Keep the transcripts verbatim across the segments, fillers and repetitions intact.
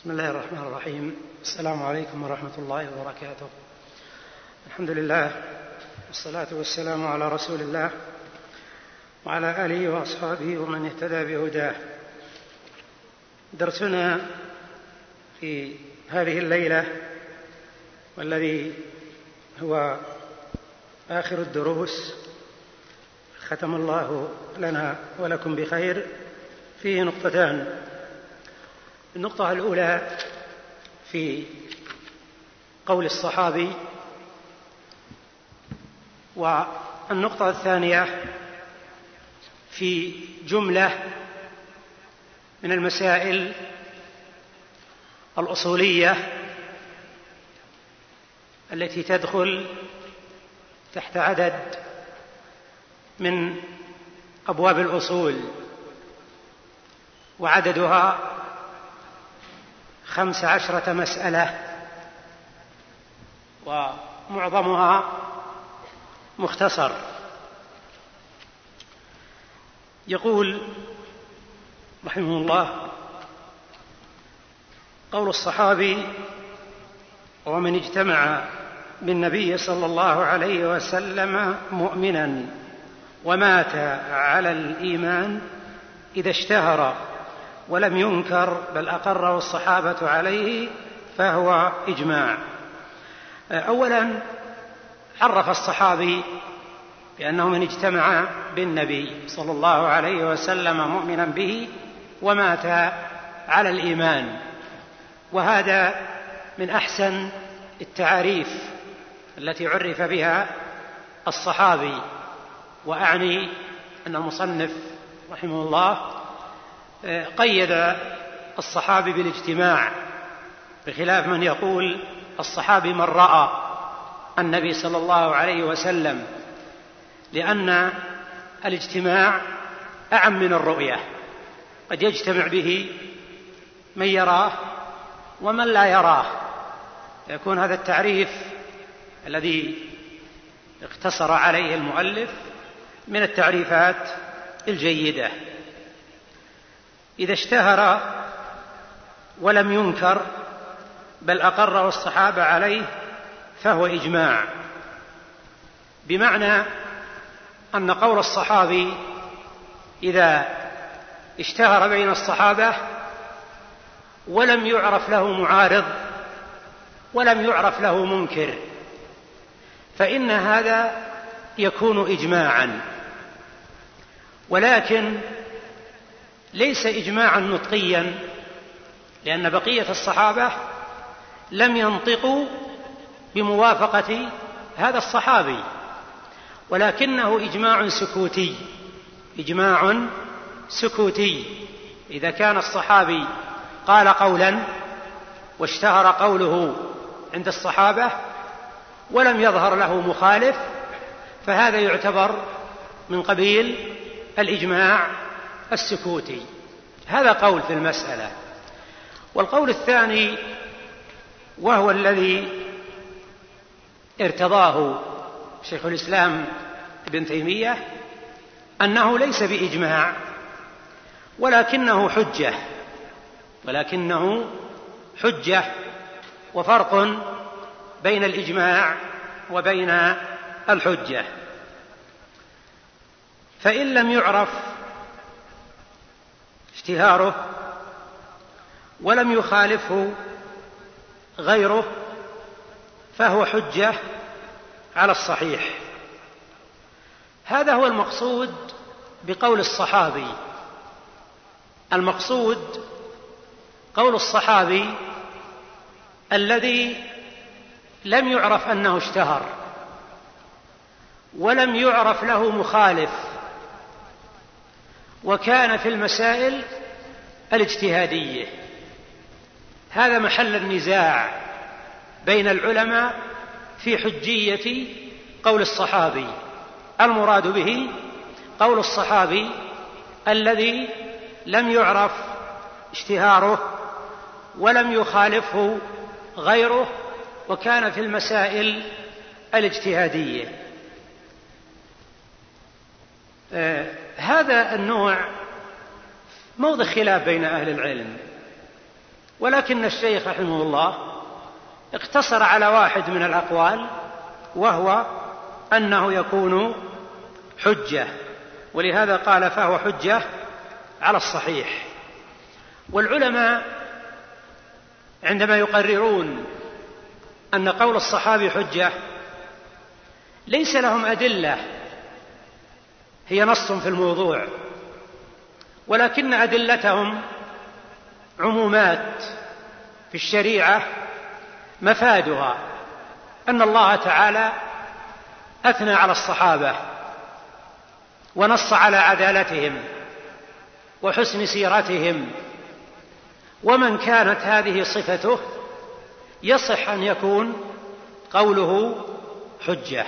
بسم الله الرحمن الرحيم. السلام عليكم ورحمة الله وبركاته. الحمد لله والصلاة والسلام على رسول الله وعلى آله وأصحابه ومن اهتدى بهداه. درسنا في هذه الليلة والذي هو آخر الدروس ختم الله لنا ولكم بخير فيه نقطتان. النقطة الأولى في قول الصحابي، والنقطة الثانية في جملة من المسائل الأصولية التي تدخل تحت عدد من أبواب الأصول، وعددها خمس عشرة مسألة، ومعظمها مختصر. يقول رحمه الله: قول الصحابي: ومن اجتمع بالنبي صلى الله عليه وسلم مؤمنا ومات على الإيمان إذا اشتهر ولم ينكر بل أقره الصحابة عليه فهو إجماع. أولا، عرف الصحابي بأنه من اجتمع بالنبي صلى الله عليه وسلم مؤمنا به ومات على الإيمان، وهذا من أحسن التعاريف التي عرف بها الصحابي. وأعني أن المصنف رحمه الله قيد الصحابي بالاجتماع، بخلاف من يقول الصحابي من رأى النبي صلى الله عليه وسلم، لأن الاجتماع أعم من الرؤية، قد يجتمع به من يراه ومن لا يراه، يكون هذا التعريف الذي اقتصر عليه المؤلف من التعريفات الجيدة. إذا اشتهر ولم ينكر بل أقره الصحابة عليه فهو إجماع، بمعنى أن قول الصحابي إذا اشتهر بين الصحابة ولم يعرف له معارض ولم يعرف له منكر فإن هذا يكون إجماعا، ولكن ليس إجماعا نطقيا، لأن بقية الصحابة لم ينطقوا بموافقة هذا الصحابي، ولكنه إجماع سكوتي. إجماع سكوتي إذا كان الصحابي قال قولا واشتهر قوله عند الصحابة ولم يظهر له مخالف، فهذا يعتبر من قبيل الإجماع السكوتي. هذا قول في المسألة. والقول الثاني، وهو الذي ارتضاه شيخ الإسلام ابن تيمية، أنه ليس بإجماع ولكنه حجة، ولكنه حجة وفرق بين الإجماع وبين الحجة. فإن لم يعرف اشتهاره ولم يخالفه غيره فهو حجة على الصحيح. هذا هو المقصود بقول الصحابي. المقصود قول الصحابي الذي لم يعرف أنه اشتهر ولم يعرف له مخالف، وكان في المسائل الاجتهادية. هذا محل النزاع بين العلماء في حجية قول الصحابي. المراد به قول الصحابي الذي لم يعرف اشتهاره ولم يخالفه غيره، وكان في المسائل الاجتهادية. آه هذا النوع موضع خلاف بين أهل العلم، ولكن الشيخ رحمه الله اقتصر على واحد من الأقوال، وهو أنه يكون حجة، ولهذا قال فهو حجة على الصحيح. والعلماء عندما يقررون أن قول الصحابي حجة ليس لهم أدلة هي نص في الموضوع، ولكن أدلتهم عمومات في الشريعة مفادها أن الله تعالى أثنى على الصحابة ونص على عدالتهم وحسن سيرتهم، ومن كانت هذه صفته يصح أن يكون قوله حجة.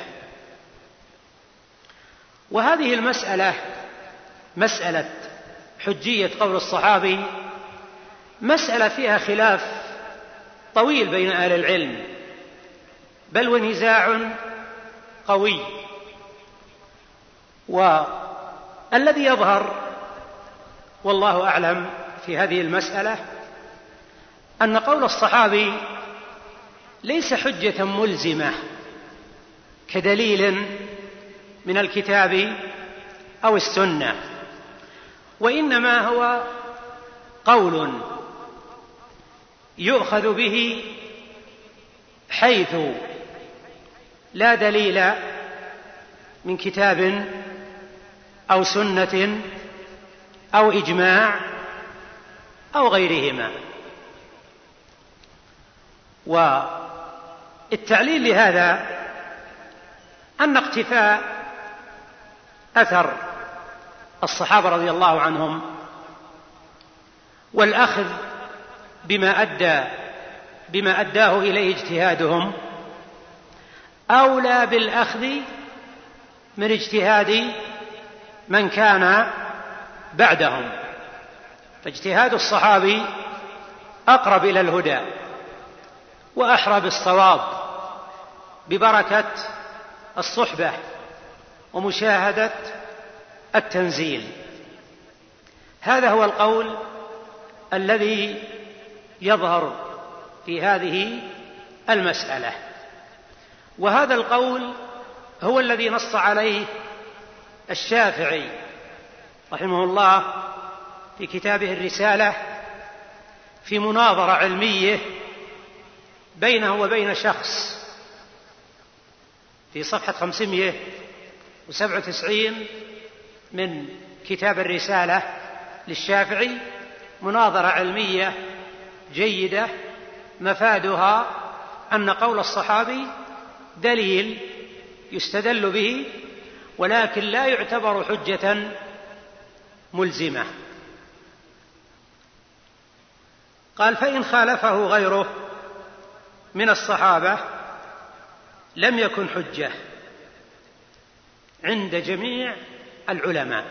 وهذه المسألة، مسألة حجية قول الصحابي، مسألة فيها خلاف طويل بين أهل العلم، بل ونزاع قوي. والذي يظهر والله أعلم في هذه المسألة أن قول الصحابي ليس حجة ملزمة كدليل من الكتاب أو السنة، وإنما هو قول يؤخذ به حيث لا دليل من كتاب أو سنة أو إجماع أو غيرهما. والتعليل لهذا أن اقتفاء أثر الصحابة رضي الله عنهم والأخذ بما أدى بما أداه إليه اجتهادهم أولى بالأخذ من اجتهاد من كان بعدهم، فاجتهاد الصحابي أقرب إلى الهدى وأحرى بالصواب ببركة الصحبة ومشاهدة التنزيل. هذا هو القول الذي يظهر في هذه المسألة، وهذا القول هو الذي نص عليه الشافعي رحمه الله في كتابه الرسالة في مناظرة علمية بينه وبين شخص، في صفحة خمسمائة وسبعة وتسعين من كتاب الرسالة للشافعي، مناظرة علمية جيدة مفادها أن قول الصحابي دليل يستدل به، ولكن لا يعتبر حجة ملزمة. قال: فإن خالفه غيره من الصحابة لم يكن حجة عند جميع العلماء،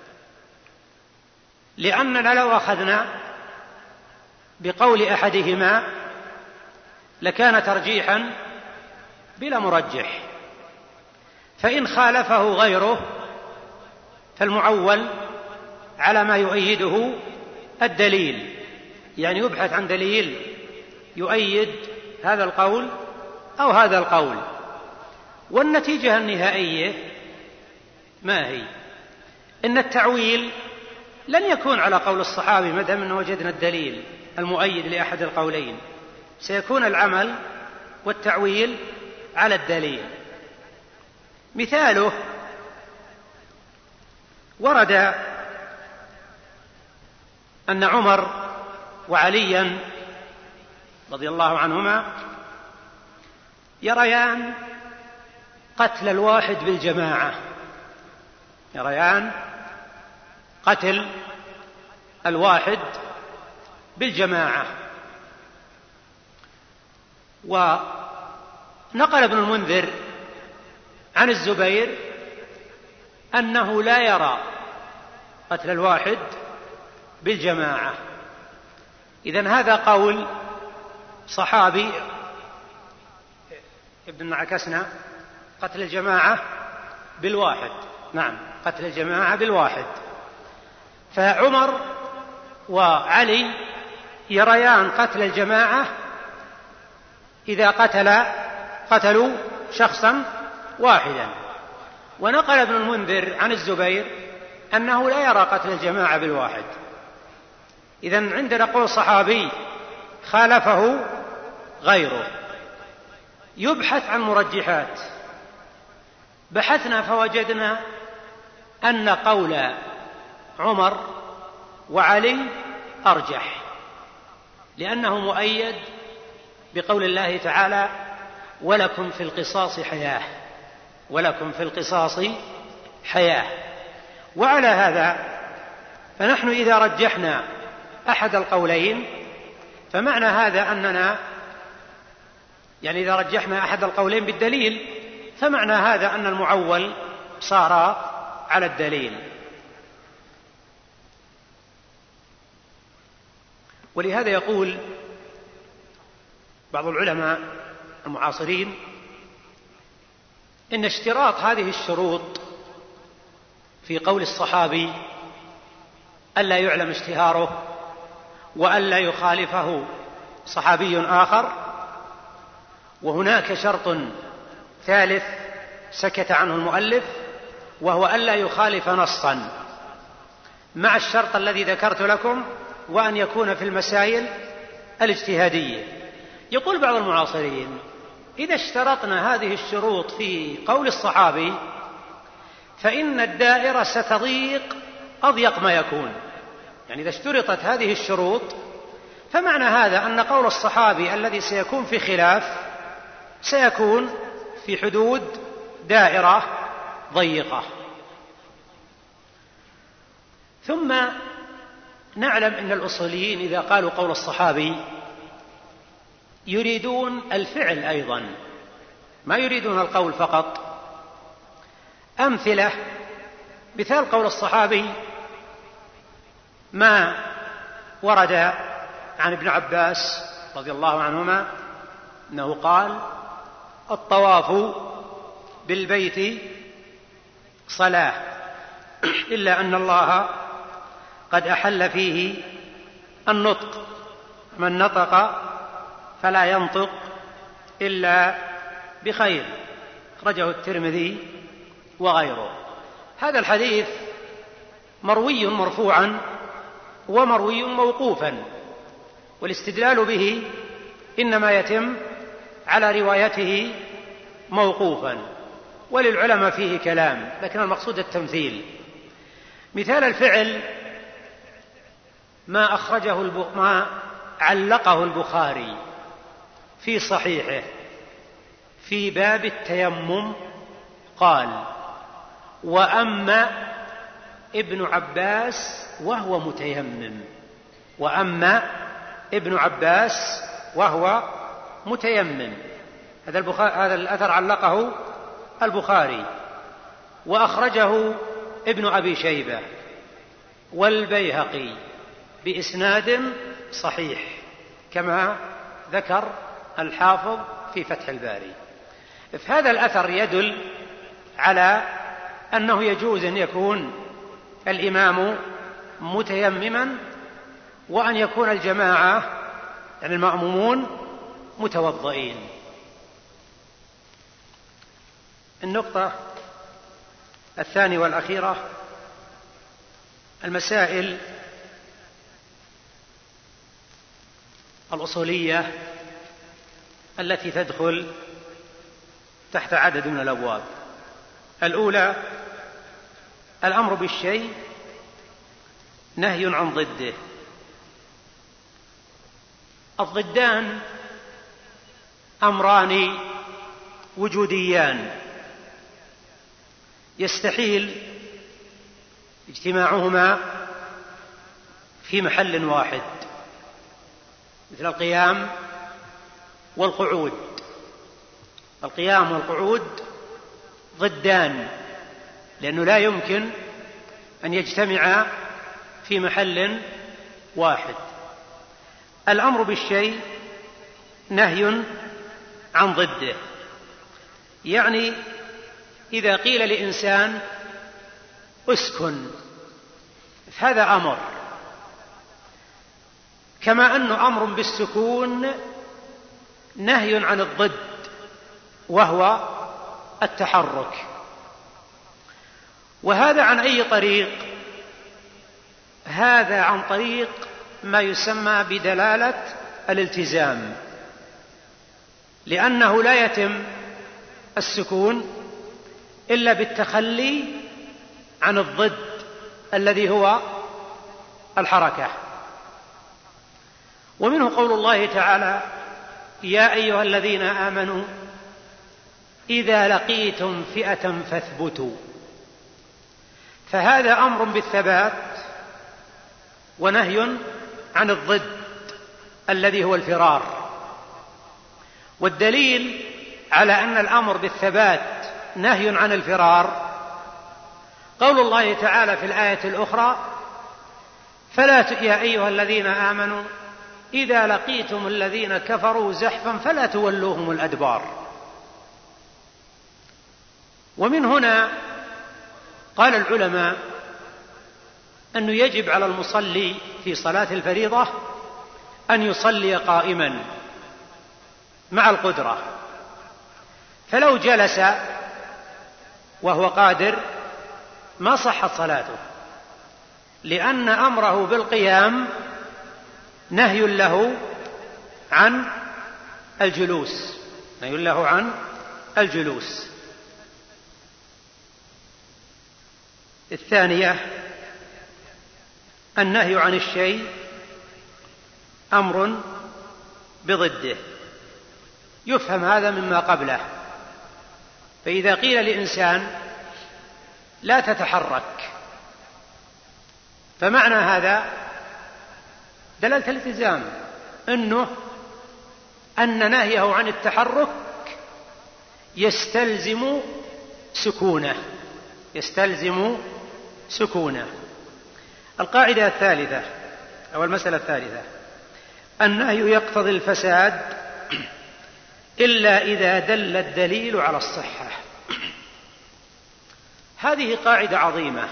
لأننا لو أخذنا بقول أحدهما لكان ترجيحا بلا مرجح، فإن خالفه غيره فالمعول على ما يؤيده الدليل، يعني يبحث عن دليل يؤيد هذا القول أو هذا القول. والنتيجة النهائية ما هي؟ إن التعويل لن يكون على قول الصحابي ما دام أنه وجدنا الدليل المؤيد لأحد القولين، سيكون العمل والتعويل على الدليل. مثاله: ورد أن عمر وعليا رضي الله عنهما يريان قتل الواحد بالجماعة، يريان قتل الواحد بالجماعة. ونقل ابن المنذر عن الزبير أنه لا يرى قتل الواحد بالجماعة. إذن هذا قول صحابي، ابن عكسنا قتل الجماعة بالواحد، نعم قتل الجماعة بالواحد. فعمر وعلي يريان قتل الجماعة إذا قتل قتلوا شخصا واحدا. ونقل ابن المنذر عن الزبير أنه لا يرى قتل الجماعة بالواحد. إذن عندنا قول صحابي خالفه غيره. يبحث عن مرجحات، بحثنا فوجدنا أن قول عمر وعلي أرجح، لأنه مؤيد بقول الله تعالى: ولكم في القصاص حياة، ولكم في القصاص حياة. وعلى هذا فنحن إذا رجحنا أحد القولين فمعنى هذا أننا يعني إذا رجحنا أحد القولين بالدليل فمعنى هذا أن المعول صار على الدليل. ولهذا يقول بعض العلماء المعاصرين إن اشتراط هذه الشروط في قول الصحابي ألا يعلم اشتهاره وألا يخالفه صحابي آخر، وهناك شرط ثالث سكت عنه المؤلف وهو ألا يخالف نصا، مع الشرط الذي ذكرت لكم وأن يكون في المسائل الاجتهادية. يقول بعض المعاصرين: إذا اشترطنا هذه الشروط في قول الصحابي فإن الدائرة ستضيق أضيق ما يكون. يعني إذا اشترطت هذه الشروط فمعنى هذا أن قول الصحابي الذي سيكون في خلاف سيكون في حدود دائرة ضيقة. ثم نعلم أن الأصوليين إذا قالوا قول الصحابي يريدون الفعل أيضا، ما يريدون القول فقط. أمثلة: مثال قول الصحابي ما ورد عن ابن عباس رضي الله عنهما أنه قال: الطواف بالبيت صلاة إلا أن الله قد أحل فيه النطق، من نطق فلا ينطق إلا بخير، أخرجه الترمذي وغيره. هذا الحديث مروي مرفوعا ومروي موقوفا، والاستدلال به إنما يتم على روايته موقوفا، وللعلماء فيه كلام، لكن المقصود التمثيل. مثال الفعل ما أخرجه ما علقه البخاري في صحيحه في باب التيمم، قال: وأما ابن عباس وهو متيمم، وأما ابن عباس وهو متيمم. هذا البخاري هذا الأثر علقه البخاري، وأخرجه ابن أبي شيبة والبيهقي بإسناد صحيح كما ذكر الحافظ في فتح الباري. فهذا الأثر يدل على أنه يجوز أن يكون الإمام متيمما وأن يكون الجماعة يعني المأمومون متوضئين. النقطة الثانية والأخيرة: المسائل الأصولية التي تدخل تحت عدد من الأبواب. الأولى: الأمر بالشيء نهي عن ضده. الضدان أمران وجوديان يستحيل اجتماعهما في محل واحد، مثل القيام والقعود. القيام والقعود ضدان، لأنه لا يمكن أن يجتمعا في محل واحد. الأمر بالشيء نهي عن ضده، يعني إذا قيل لإنسان اسكن فهذا أمر، كما أنه أمر بالسكون نهي عن الضد وهو التحرك. وهذا عن أي طريق؟ هذا عن طريق ما يسمى بدلالة الالتزام، لأنه لا يتم السكون إلا بالتخلي عن الضد الذي هو الحركة. ومنه قول الله تعالى: يا أيها الذين آمنوا إذا لقيتم فئة فاثبتوا. فهذا أمر بالثبات ونهي عن الضد الذي هو الفرار. والدليل على أن الأمر بالثبات نهي عن الفرار قول الله تعالى في الآية الأخرى: فلا ت... يا أيها الذين آمنوا إذا لقيتم الذين كفروا زحفا فلا تولوهم الأدبار. ومن هنا قال العلماء أنه يجب على المصلي في صلاة الفريضة أن يصلي قائما مع القدرة، فلو جلس وهو قادر ما صحت صلاته، لأن أمره بالقيام نهي له عن الجلوس نهي له عن الجلوس. الثانية: النهي عن الشيء أمر بضده، يفهم هذا مما قبله. فإذا قيل لإنسان لا تتحرك، فمعنى هذا دلالة الالتزام، أنه أن نهيه عن التحرك يستلزم سكونه يستلزم سكونه. القاعدة الثالثة أو المسألة الثالثة: النهي يقتضي الفساد إلا إذا دل الدليل على الصحة. هذه قاعدة عظيمة،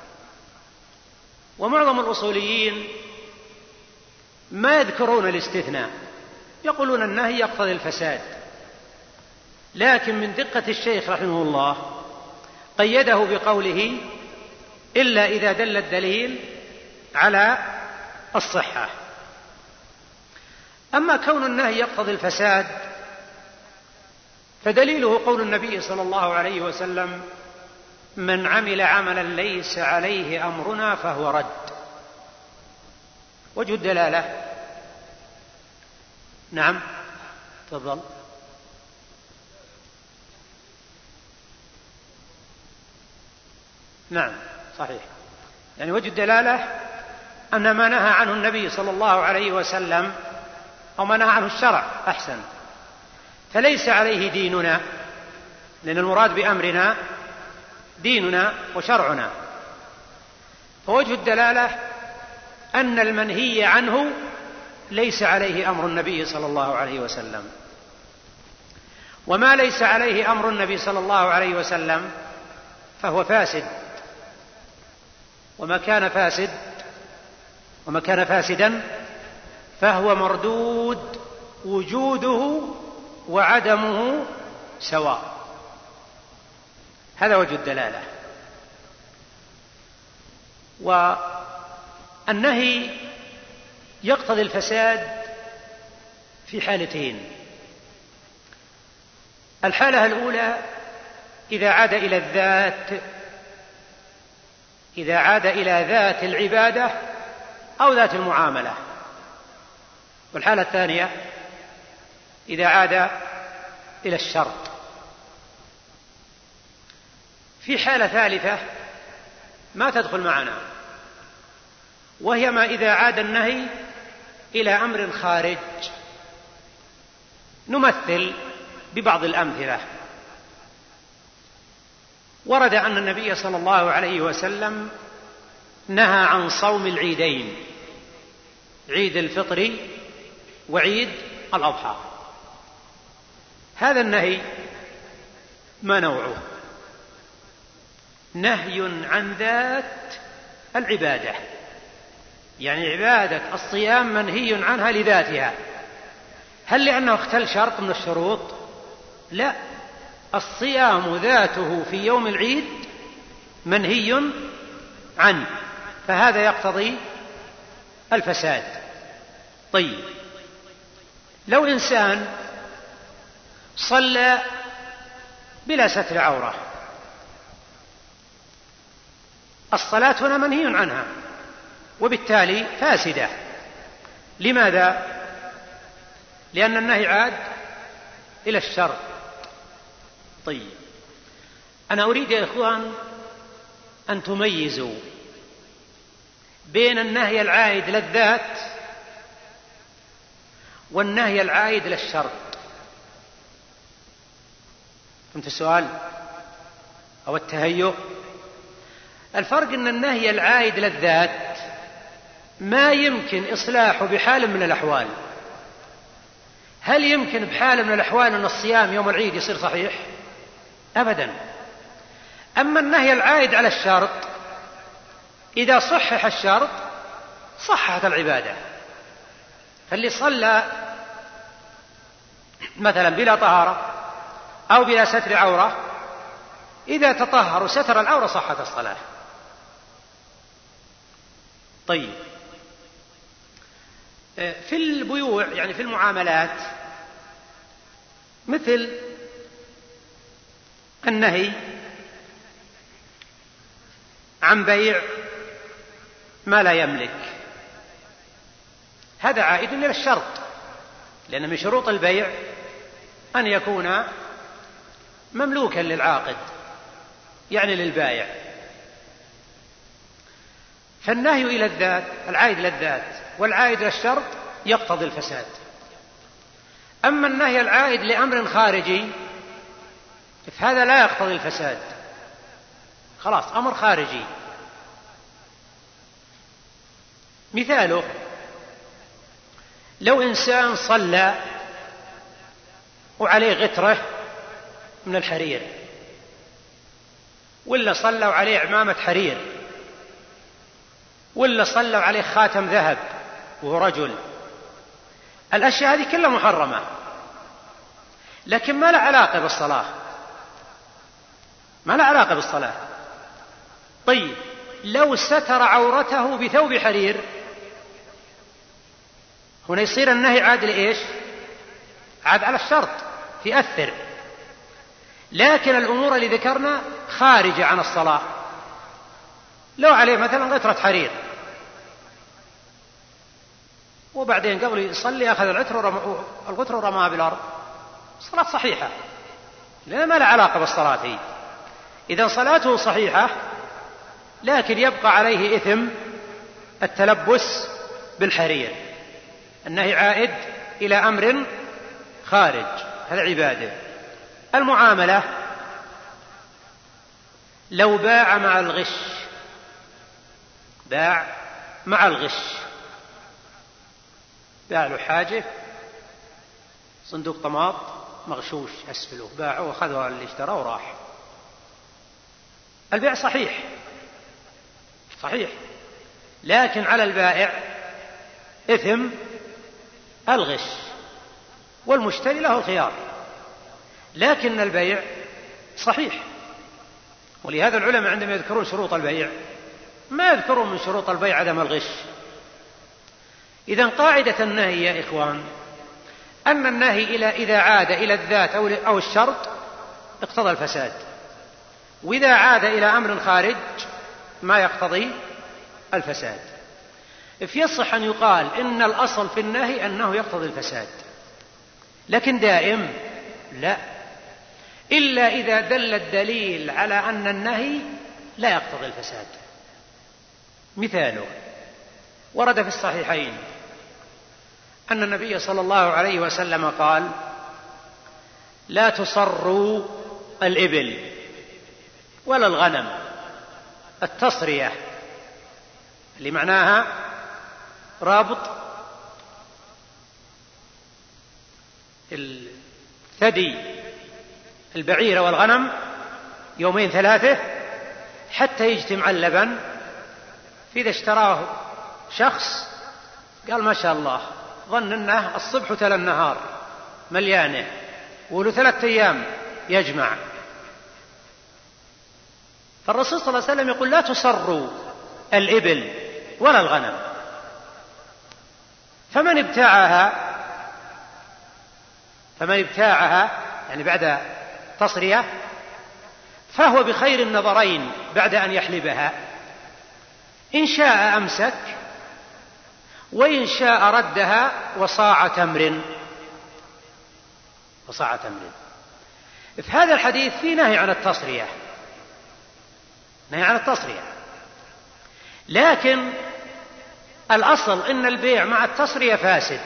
ومعظم الأصوليين ما يذكرون الاستثناء، يقولون النهي يقتضي الفساد، لكن من دقة الشيخ رحمه الله قيده بقوله: إلا إذا دل الدليل على الصحة. أما كون النهي يقتضي الفساد فدليله قول النبي صلى الله عليه وسلم: من عمل عملا ليس عليه أمرنا فهو رد. وجه الدلالة: نعم تفضل. نعم صحيح، يعني وجه الدلالة أن ما نهى عنه النبي صلى الله عليه وسلم أو ما نهى عنه الشرع أحسن فليس عليه ديننا، لأن المراد بأمرنا ديننا وشرعنا. فوجه الدلالة أن المنهي عنه ليس عليه أمر النبي صلى الله عليه وسلم، وما ليس عليه أمر النبي صلى الله عليه وسلم فهو فاسد، وما كان فاسد وما كان فاسدا فهو مردود، وجوده وعدمه سواء. هذا وجه الدلالة. والنهي يقتضي الفساد في حالتين: الحالة الأولى إذا عاد إلى الذات إذا عاد إلى ذات العبادة أو ذات المعاملة، والحالة الثانية إذا عاد إلى الشرط. في حالة ثالثة ما تدخل معنا، وهي ما إذا عاد النهي إلى أمر خارج. نمثل ببعض الأمثلة. ورد أن النبي صلى الله عليه وسلم نهى عن صوم العيدين، عيد الفطر وعيد الأضحى. هذا النهي ما نوعه؟ نهي عن ذات العبادة، يعني عبادة الصيام منهي عنها لذاتها. هل لأنه اختل شرط من الشروط؟ لا، الصيام ذاته في يوم العيد منهي عنه، فهذا يقتضي الفساد. طيب، لو إنسان صلى بلا ستر عورة، الصلاة هنا منهي عنها وبالتالي فاسدة. لماذا؟ لأن النهي عاد إلى الشر. طيب، أنا أريد يا إخوان أن تميزوا بين النهي العائد للذات والنهي العائد للشر. فهمت السؤال أو التهيؤ؟ الفرق أن النهي العائد للذات ما يمكن إصلاحه بحال من الأحوال. هل يمكن بحال من الأحوال أن الصيام يوم العيد يصير صحيح؟ أبدا. أما النهي العائد على الشرط، إذا صحح الشرط صححت العبادة. فاللي صلى مثلا بلا طهارة أو بلا ستر عورة، إذا تطهر وستر العورة صحت الصلاة. طيب، في البيوع يعني في المعاملات مثل النهي عن بيع ما لا يملك، هذا عائد إلى الشرط، لأن من شروط البيع أن يكون مملوكا للعاقد يعني للبائع. فالنهي إلى الذات، العائد للذات والعائد للشرط يقتضي الفساد. أما النهي العائد لأمر خارجي فهذا لا يقتضي الفساد، خلاص أمر خارجي. مثاله لو إنسان صلى وعليه غترة من الحرير، ولا صلوا عليه عمامة حرير، ولا صلوا عليه خاتم ذهب وهو رجل، الأشياء هذه كلها محرمة، لكن ما لها علاقة بالصلاة، ما لها علاقة بالصلاة. طيب، لو ستر عورته بثوب حرير، هنا يصير النهي عاد لإيش؟ عاد على الشرط في أثر، لكن الأمور اللي ذكرنا خارجة عن الصلاة. لو عليه مثلا غترة حرير وبعدين قبل يصلي أخذ الغترة ورماها بالأرض، صلاة صحيحة لأن ما لا علاقة بالصلاة هي. إذا صلاته صحيحة، لكن يبقى عليه إثم التلبس بالحرير. النهي عائد إلى أمر خارج، هذا عبادة. المعاملة لو باع مع الغش، باع مع الغش، باع له حاجة صندوق طماط مغشوش أسفله، باعه وأخذه اللي اشتراه وراح، البيع صحيح صحيح، لكن على البائع إثم الغش والمشتري له الخيار، لكن البيع صحيح. ولهذا العلماء عندما يذكرون شروط البيع ما يذكرون من شروط البيع عدم الغش. إذن قاعدة النهي يا إخوان أن النهي إلى إذا عاد إلى الذات أو الشرط اقتضى الفساد، وإذا عاد إلى أمر خارج ما يقتضي الفساد. فيصح أن يقال إن الأصل في النهي أنه يقتضي الفساد، لكن دائم لا، إلا إذا دل الدليل على أن النهي لا يقتضي الفساد. مثاله ورد في الصحيحين أن النبي صلى الله عليه وسلم قال: لا تصروا الإبل ولا الغنم. التصرية اللي معناها رابط الثدي البعير والغنم يومين ثلاثة حتى يجتمع اللبن، فإذا اشتراه شخص قال ما شاء الله، ظن أنه الصبح وتلا النهار مليانه، وله ثلاثة أيام يجمع. فالرسول صلى الله عليه وسلم يقول لا تصروا الإبل ولا الغنم، فمن ابتاعها فمن ابتاعها يعني بعد تصرية فهو بخير النظرين بعد أن يحلبها، إن شاء أمسك وإن شاء ردها وصاع تمر وصاع تمر. في هذا الحديث في نهي عن التصرية، نهي عن التصرية، لكن الأصل إن البيع مع التصرية فاسد.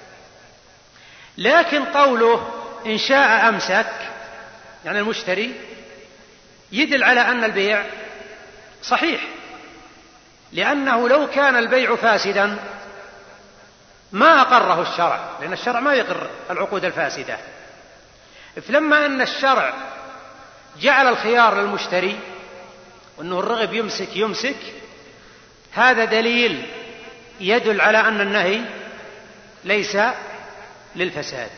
لكن قوله إن شاء أمسك يعني المشتري يدل على أن البيع صحيح، لأنه لو كان البيع فاسدا ما أقره الشرع، لأن الشرع ما يقر العقود الفاسدة. فلما أن الشرع جعل الخيار للمشتري وأنه الرغب يمسك يمسك، هذا دليل يدل على أن النهي ليس للفساد.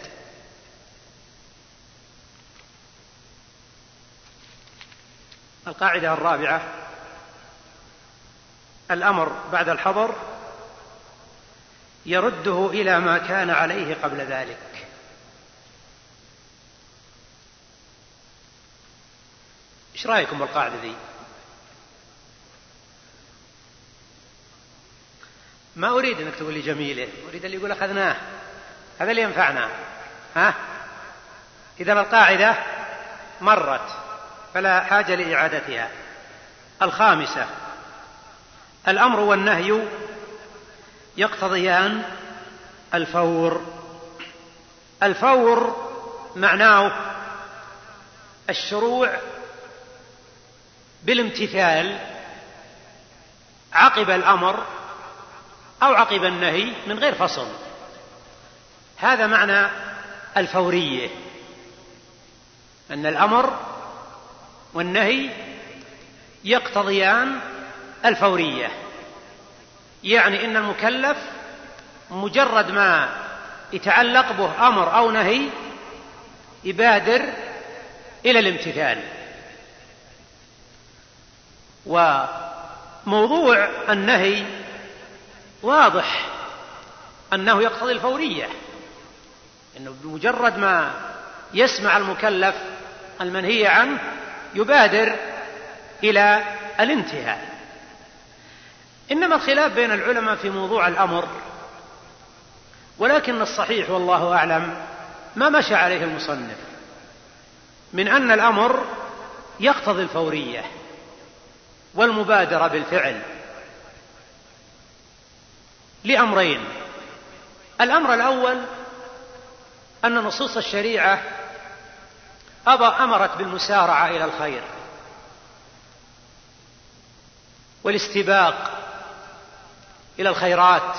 القاعدة الرابعة: الأمر بعد الحظر يرده إلى ما كان عليه قبل ذلك. إيش رأيكم بالقاعدة ذي؟ ما أريد أنك تقول لي جميلة، أريد اللي يقول أخذناه، هذا اللي ينفعنا. ها؟ إذن القاعدة مرت فلا حاجة لإعادتها. الخامسة: الأمر والنهي يقتضيان الفور. الفور معناه الشروع بالامتثال عقب الأمر أو عقب النهي من غير فصل، هذا معنى الفورية، أن الأمر والنهي يقتضيان الفورية، يعني إن المكلف مجرد ما يتعلق به أمر أو نهي يبادر إلى الامتثال. وموضوع النهي واضح أنه يقتضي الفورية، إنه بمجرد ما يسمع المكلف المنهي عنه يبادر إلى الانتهاء. إنما الخلاف بين العلماء في موضوع الأمر، ولكن الصحيح والله أعلم ما مشى عليه المصنف من أن الأمر يقتضي الفورية والمبادرة بالفعل لأمرين: الأمر الأول أن نصوص الشريعة أمرت بالمسارعة إلى الخير والاستباق إلى الخيرات،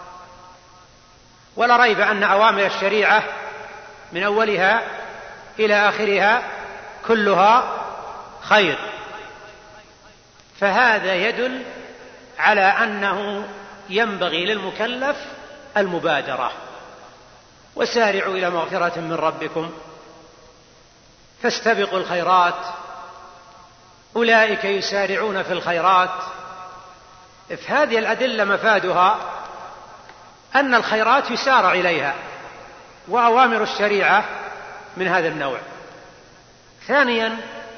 ولا ريب أن أوامر الشريعة من أولها إلى آخرها كلها خير، فهذا يدل على أنه ينبغي للمكلف المبادرة. وسارعوا إلى مغفرة من ربكم فاستبقوا الخيرات أولئك يسارعون في الخيرات. فهذه الأدلة مفادها أن الخيرات يسارع إليها، وأوامر الشريعة من هذا النوع. ثانيا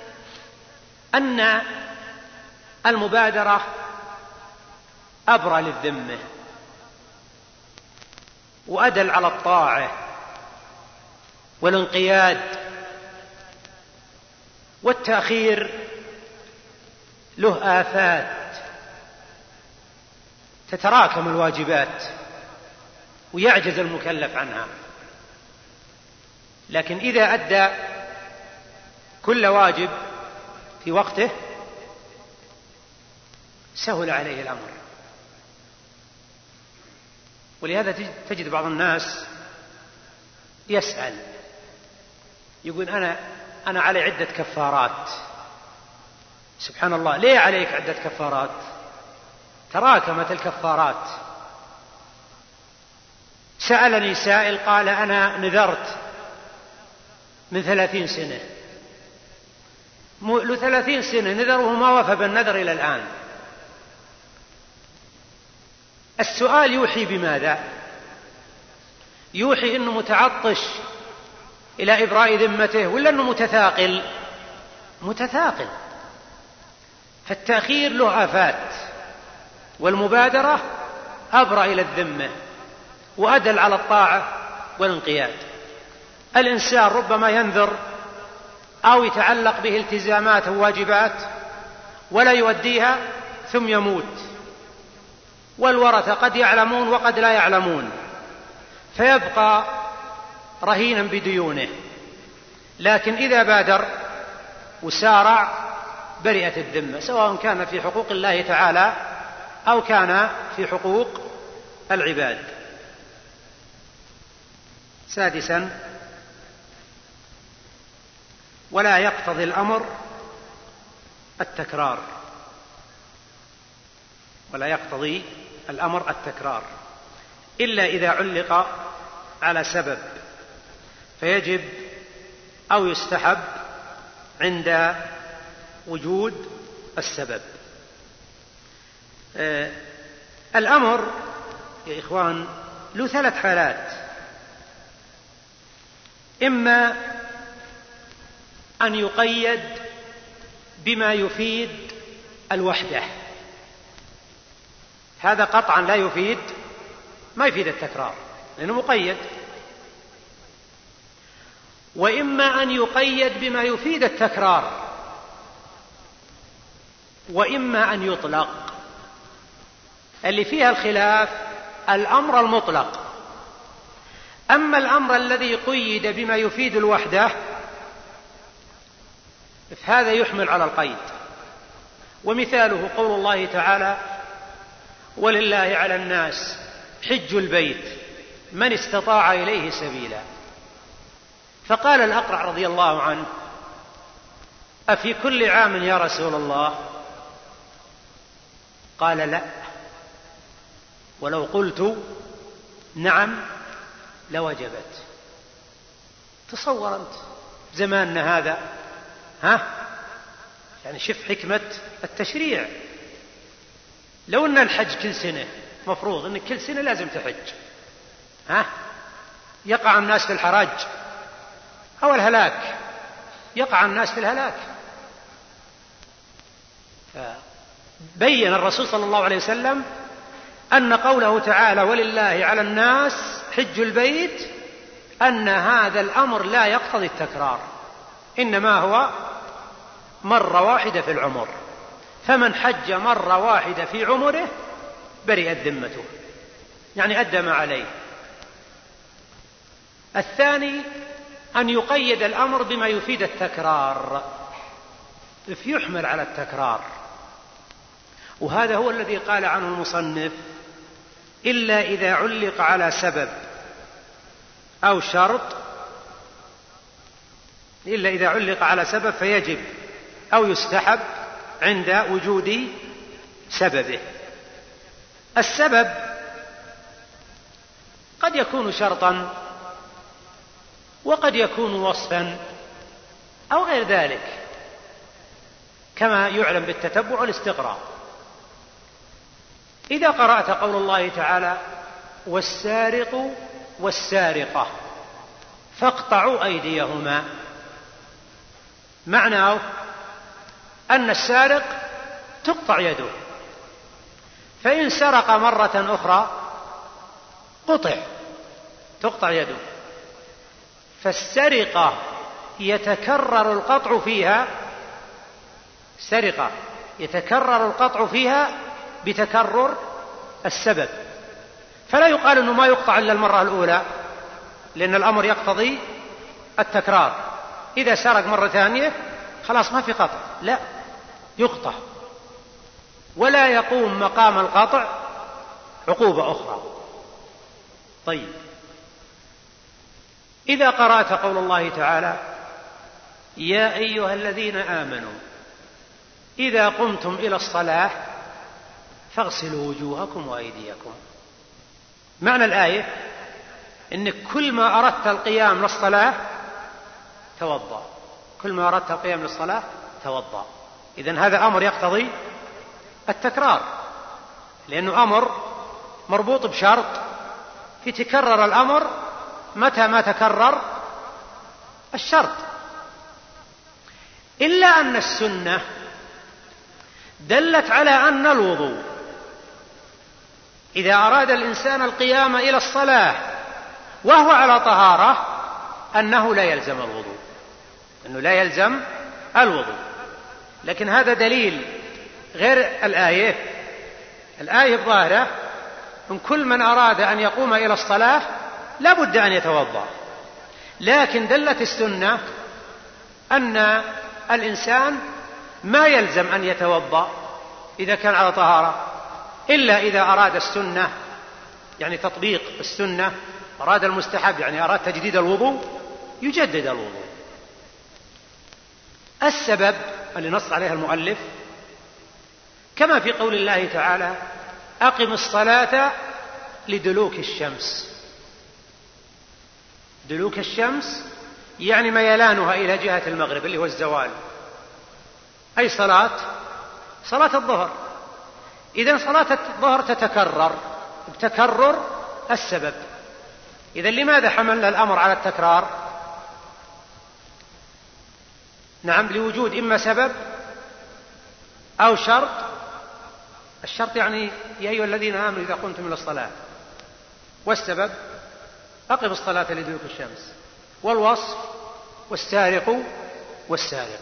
أن المبادرة أبرى للذمة وأدل على الطاعة والانقياد، والتأخير له آفات تتراكم الواجبات ويعجز المكلف عنها، لكن إذا أدى كل واجب في وقته سهل عليه الأمر. ولهذا تجد بعض الناس يسأل يقول أنا أنا علي عدة كفارات. سبحان الله، ليه عليك عدة كفارات؟ تراكمت الكفارات. سألني سائل قال أنا نذرت من ثلاثين سنة، لثلاثين سنة نذره ما وفى بالنذر إلى الآن. السؤال يوحي بماذا؟ يوحي أنه متعطش إلى إبراء ذمته ولا أنه متثاقل؟ متثاقل. فالتأخير له آفات، والمبادرة أبرأ إلى الذمة وأدل على الطاعة والانقياد. الإنسان ربما ينذر أو يتعلق به التزامات وواجبات ولا يؤديها ثم يموت، والورثة قد يعلمون وقد لا يعلمون، فيبقى رهينا بديونه. لكن إذا بادر وسارع برئت الذمة، سواء كان في حقوق الله تعالى أو كان في حقوق العباد. سادسا، ولا يقتضي الأمر التكرار. ولا يقتضي الأمر التكرار إلا إذا علق على سبب، فيجب أو يستحب عند وجود السبب. آه الأمر يا إخوان له ثلاث حالات: إما أن يقيد بما يفيد الوحدة، هذا قطعا لا يفيد، ما يفيد التكرار لأنه مقيد. وإما أن يقيد بما يفيد التكرار، وإما أن يطلق. اللي فيها الخلاف الأمر المطلق. أما الأمر الذي قيد بما يفيد الوحدة فهذا يحمل على القيد. ومثاله قول الله تعالى: ولله على الناس حج البيت من استطاع إليه سبيلا. فقال الأقرع رضي الله عنه: أفي كل عام يا رسول الله؟ قال: لا، ولو قلت نعم لوجبت. تصور أنت زماننا هذا، ها يعني شوف حكمة التشريع. لو أن الحج كل سنة، مفروض أنك كل سنة لازم تحج، ها يقع الناس في الحرج أو الهلاك، يقع الناس في الهلاك. بين الرسول صلى الله عليه وسلم أن قوله تعالى: ولله على الناس حج البيت، أن هذا الأمر لا يقتضي التكرار، إنما هو مرة واحدة في العمر، فمن حج مرة واحدة في عمره برئت ذمته، يعني أدى ما عليه. الثاني أن يقيد الأمر بما يفيد التكرار، فيحمل على التكرار، وهذا هو الذي قال عنه المصنف: إلا إذا علق على سبب أو شرط، إلا إذا علق على سبب فيجب أو يستحب عند وجود سببه. السبب قد يكون شرطا وقد يكون وصفا أو غير ذلك، كما يعلم بالتتبع والاستقراء. إذا قرأت قول الله تعالى: والسارق والسارقة فاقطعوا أيديهما، معناه أن السارق تقطع يده، فإن سرق مرة أخرى قطع، تقطع يده. فالسرقة يتكرر القطع فيها، سرقة يتكرر القطع فيها بتكرر السبب، فلا يقال أنه ما يقطع إلا المرة الأولى، لأن الأمر يقتضي التكرار. إذا سرق مرة ثانية خلاص ما في قطع، لا، يقطع، ولا يقوم مقام القطع عقوبة أخرى. طيب، إذا قرأت قول الله تعالى: يا أيها الذين آمنوا إذا قمتم إلى الصلاة فاغسلوا وجوهكم وأيديكم. معنى الآية إنك كل ما أردت القيام للصلاة توضأ، كل ما أردت القيام للصلاة توضأ. إذن هذا أمر يقتضي التكرار، لأنه أمر مربوط بشرط، يتكرر الأمر متى ما تكرر الشرط. إلا أن السنة دلت على أن الوضوء إذا أراد الإنسان القيام إلى الصلاة وهو على طهارة أنه لا يلزم الوضوء، أنه لا يلزم الوضوء. لكن هذا دليل غير الآية. الآية الظاهرة من كل من أراد أن يقوم إلى الصلاة لا بد أن يتوضأ، لكن دلت السنة أن الإنسان ما يلزم أن يتوضأ إذا كان على طهارة، إلا إذا أراد السنة يعني تطبيق السنة، أراد المستحب يعني أراد تجديد الوضوء يجدد الوضوء. السبب اللي نص عليها المؤلف كما في قول الله تعالى أقم الصلاة لدلوك الشمس. دلوك الشمس يعني ميلانها إلى جهة المغرب اللي هو الزوال، أي صلاة صلاة الظهر. إذن صلاة الظهر تتكرر بتكرر السبب. إذن لماذا حملنا الأمر على التكرار؟ نعم، لوجود إما سبب أو شرط. الشرط يعني يا أيها الذين آمنوا إذا قمتم إلى الصلاة، والسبب أقم الصلاة لدلوك الشمس، والوصف والسارق والسارقة.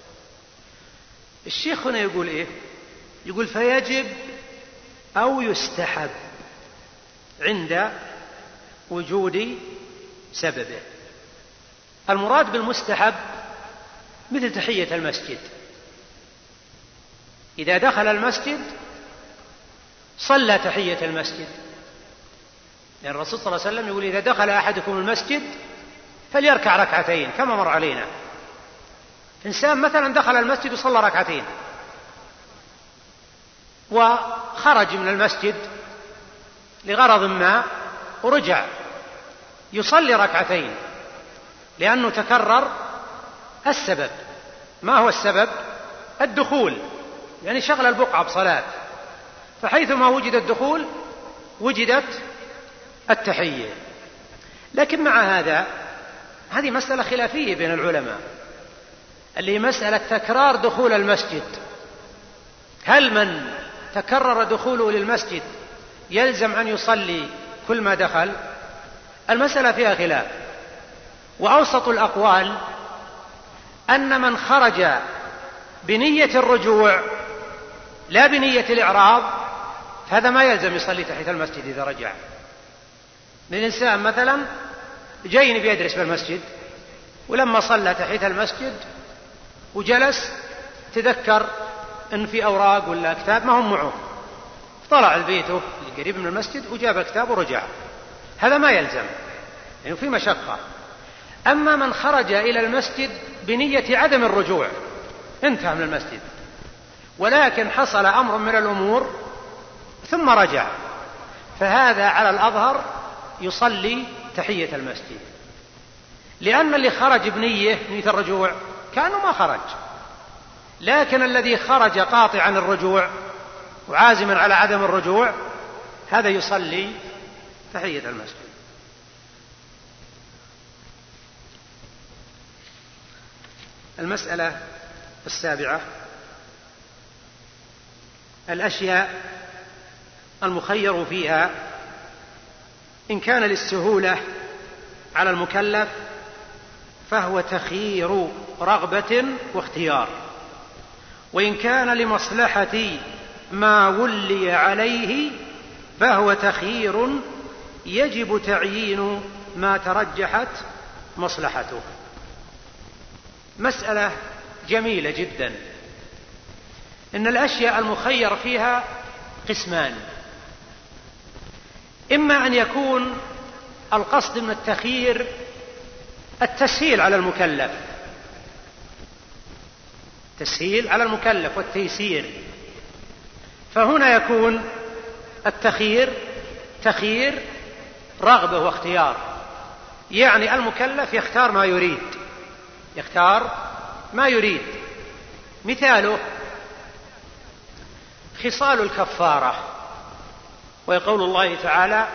الشيخ هنا يقول إيه؟ يقول فيجب أو يستحب عند وجود سببه. المراد بالمستحب مثل تحية المسجد، إذا دخل المسجد صلى تحية المسجد، لأن الرسول صلى الله عليه وسلم يقول إذا دخل أحدكم المسجد فليركع ركعتين كما مر علينا. إنسان مثلا دخل المسجد وصلى ركعتين وخرج من المسجد لغرض ما ورجع يصلي ركعتين لأنه تكرر السبب. ما هو السبب؟ الدخول، يعني شغل البقعة بصلاة، فحيثما وجد الدخول وجدت التحية. لكن مع هذا هذه مسألة خلافية بين العلماء، اللي هي مسألة تكرار دخول المسجد. هل من تكرر دخوله للمسجد يلزم أن يصلي كل ما دخل؟ المسألة فيها خلاف، وأوسط الأقوال أن من خرج بنية الرجوع لا بنية الإعراض هذا ما يلزم يصلي تحت المسجد إذا رجع. من إنسان مثلا جايني بيدرس بالمسجد، ولما صلى تحت المسجد وجلس تذكر أن في أوراق ولا كتاب ما هم معه، طلع لبيته القريب من المسجد وجاب الكتاب ورجع، هذا ما يلزم يعني في مشقة. أما من خرج إلى المسجد بنية عدم الرجوع انتهى من المسجد، ولكن حصل أمر من الأمور ثم رجع، فهذا على الأظهر يصلي تحية المسجد، لأن اللي خرج بنية نية الرجوع كأنه ما خرج. لكن الذي خرج قاطعا الرجوع وعازما على عدم الرجوع هذا يصلي تحية المسجد. المسألة السابعة الأشياء المخير فيها إن كان للسهولة على المكلف فهو تخيير رغبة واختيار، وإن كان لمصلحة ما ولي عليه فهو تخيير يجب تعيين ما ترجحت مصلحته. مسألة جميلة جدا. إن الأشياء المخير فيها قسمان، إما أن يكون القصد من التخيير التسهيل على المكلف، تسهيل على المكلف والتيسير، فهنا يكون التخيير تخيير رغبة واختيار، يعني المكلف يختار ما يريد يختار ما يريد. مثاله خصال الكفارة، ويقول الله تعالى: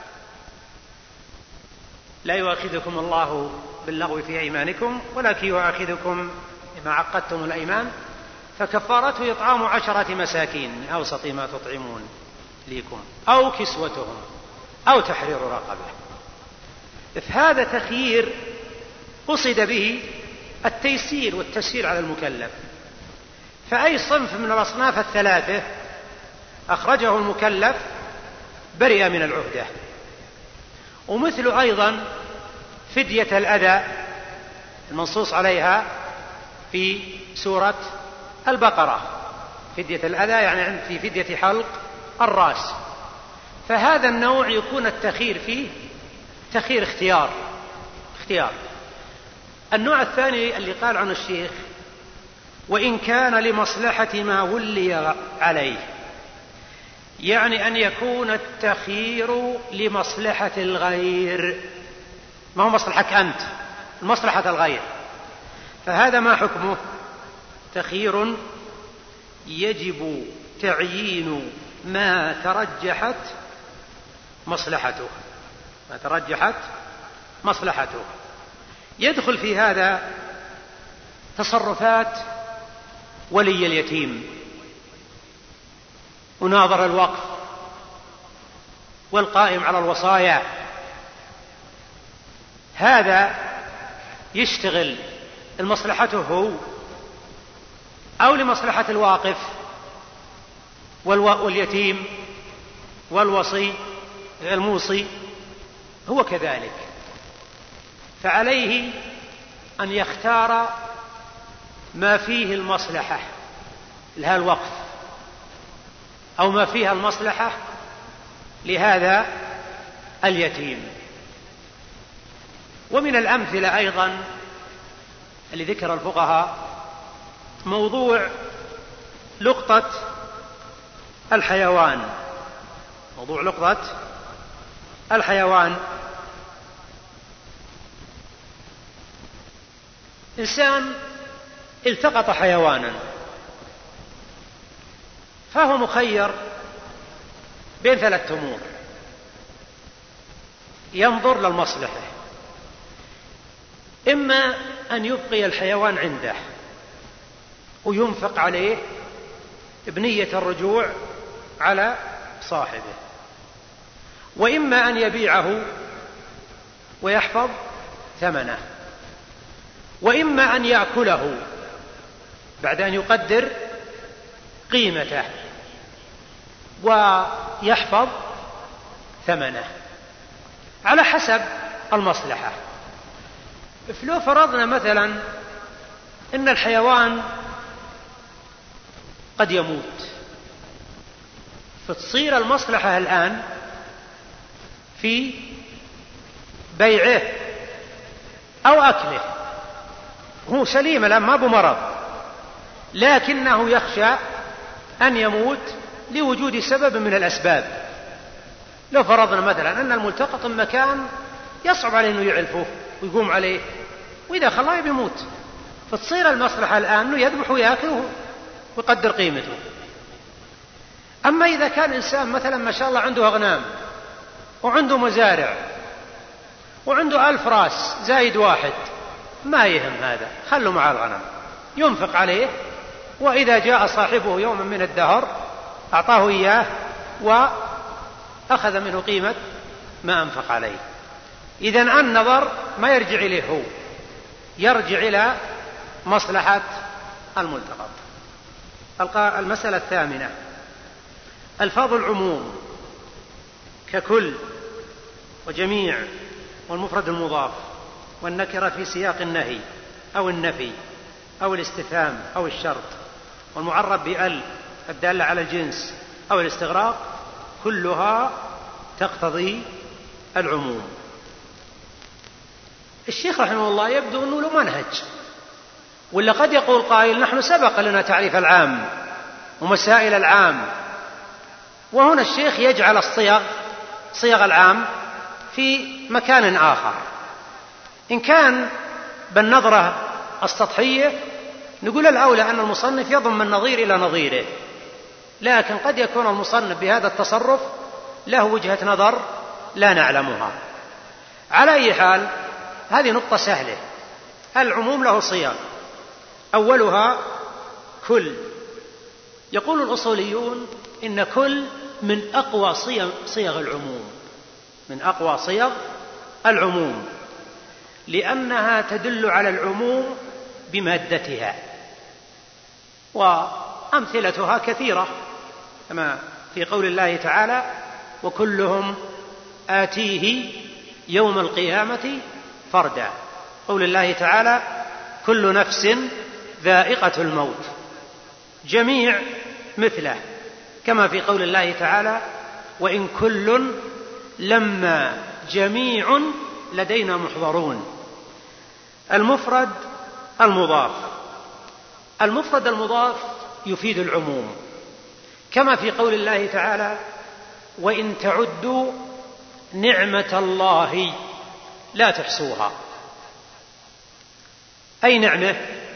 لا يؤاخذكم الله باللغو في أيمانكم ولكن يؤاخذكم بما عقدتم الأيمان فكفارته إطعام عشرة مساكين من أوسط ما تطعمون ليكم أو كسوتهم أو تحرير رقبة. فهذا تخيير قصد به التيسير والتسهيل على المكلف. فأي صنف من الأصناف الثلاثة أخرجه المكلف برئ من العهدة. ومثل أيضا فدية الأذى المنصوص عليها في سورة البقرة، فدية الأذى يعني في فدية حلق الرأس. فهذا النوع يكون التخيير فيه تخيير اختيار اختيار النوع الثاني اللي قال عنه الشيخ: وإن كان لمصلحة ما ولي عليه، يعني أن يكون التخيير لمصلحة الغير، ما هو مصلحتك أنت، مصلحة الغير. فهذا ما حكمه؟ تخيير يجب تعيين ما ترجحت مصلحته ما ترجحت مصلحته يدخل في هذا تصرفات ولي اليتيم وناظر الوقف والقائم على الوصايا. هذا يشتغل لمصلحته هو أو لمصلحة الواقف واليتيم والوصي الموصي، هو كذلك. فعليه أن يختار ما فيه المصلحة لها الوقف أو ما فيها المصلحة لهذا اليتيم. ومن الأمثلة أيضا اللي ذكر الفقهاء موضوع لقطة الحيوان موضوع لقطة الحيوان إنسان التقط حيوانا فهو مخير بين ثلاثة أمور: ينظر للمصلحة، إما أن يبقي الحيوان عنده وينفق عليه بنية الرجوع على صاحبه، وإما أن يبيعه ويحفظ ثمنه، وإما أن يأكله بعد أن يقدر قيمته ويحفظ ثمنه على حسب المصلحة. فلو فرضنا مثلا إن الحيوان قد يموت، فتصير المصلحة الآن في بيعه أو أكله. هو سليم الآن، ما بمرض، لكنه يخشى أن يموت لوجود سبب من الأسباب. لو فرضنا مثلا أن الملتقط مكان يصعب عليه أنه يعرفه ويقوم عليه، وإذا خلاه بيموت، فتصير المصلحة الآن أنه يذبح ويأكله ويقدر قيمته. أما إذا كان إنسان مثلا ما شاء الله عنده أغنام وعنده مزارع وعنده ألف راس زايد واحد، ما يهم هذا، خلوا مع الغنم، ينفق عليه، وإذا جاء صاحبه يوما من الدهر أعطاه إياه وأخذ منه قيمة ما أنفق عليه. إذن النظر ما يرجع إليه هو، يرجع إلى مصلحة الملتقط. المسألة الثامنة: ألفاظ العموم ككل وجميع والمفرد المضاف والنكرة في سياق النهي أو النفي أو الاستفهام أو الشرط والمعرب بأل الدالة على الجنس أو الاستغراق، كلها تقتضي العموم. الشيخ رحمه الله يبدو أنه له منهج، ولا قد يقول قائل: نحن سبق لنا تعريف العام ومسائل العام وهنا الشيخ يجعل الصيغ صيغ العام في مكان آخر. إن كان بالنظرة السطحية نقول الأولى أن المصنف يضم النظير إلى نظيره، لكن قد يكون المصنف بهذا التصرف له وجهة نظر لا نعلمها. على أي حال هذه نقطة سهلة. العموم له صيغ، أولها كل. يقول الأصوليون إن كل من أقوى صيغ العموم، من أقوى صيغ العموم، لأنها تدل على العموم بمادتها، وأمثلتها كثيرة كما في قول الله تعالى: وكلهم آتيه يوم القيامة فردا. قول الله تعالى: كل نفس ذائقة الموت. جميع مثله، كما في قول الله تعالى: وإن كل لما جميع لدينا محضرون. المفرد المضاف، المفرد المضاف يفيد العموم، كما في قول الله تعالى: وإن تعدوا نعمة الله لا تحصوها. أي نعمة؟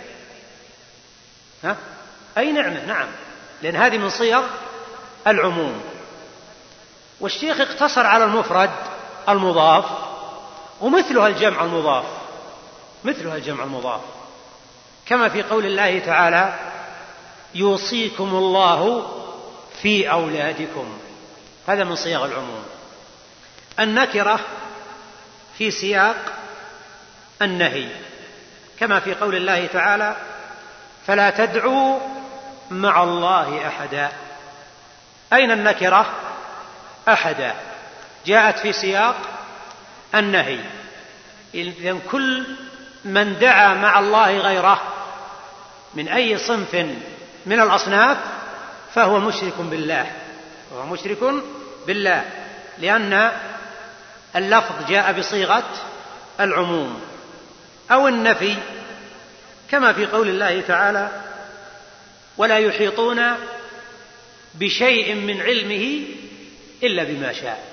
ها؟ أي نعمة؟ نعم، لأن هذه من صيغ العموم. والشيخ اقتصر على المفرد المضاف، ومثلها الجمع المضاف، مثلها الجمع المضاف، كما في قول الله تعالى: يوصيكم الله في أولادكم. هذا من صيغ العموم. النكرة في سياق النهي، كما في قول الله تعالى: فلا تدعوا مع الله أحدا. أين النكرة؟ أحدا، جاءت في سياق النهي. إذن كل من دعا مع الله غيره من أي صنف من الأصناف فهو مشرك بالله، فهو مشرك بالله، لأن اللفظ جاء بصيغة العموم. أو النفي، كما في قول الله تعالى: ولا يحيطون بشيء من علمه إلا بما شاء.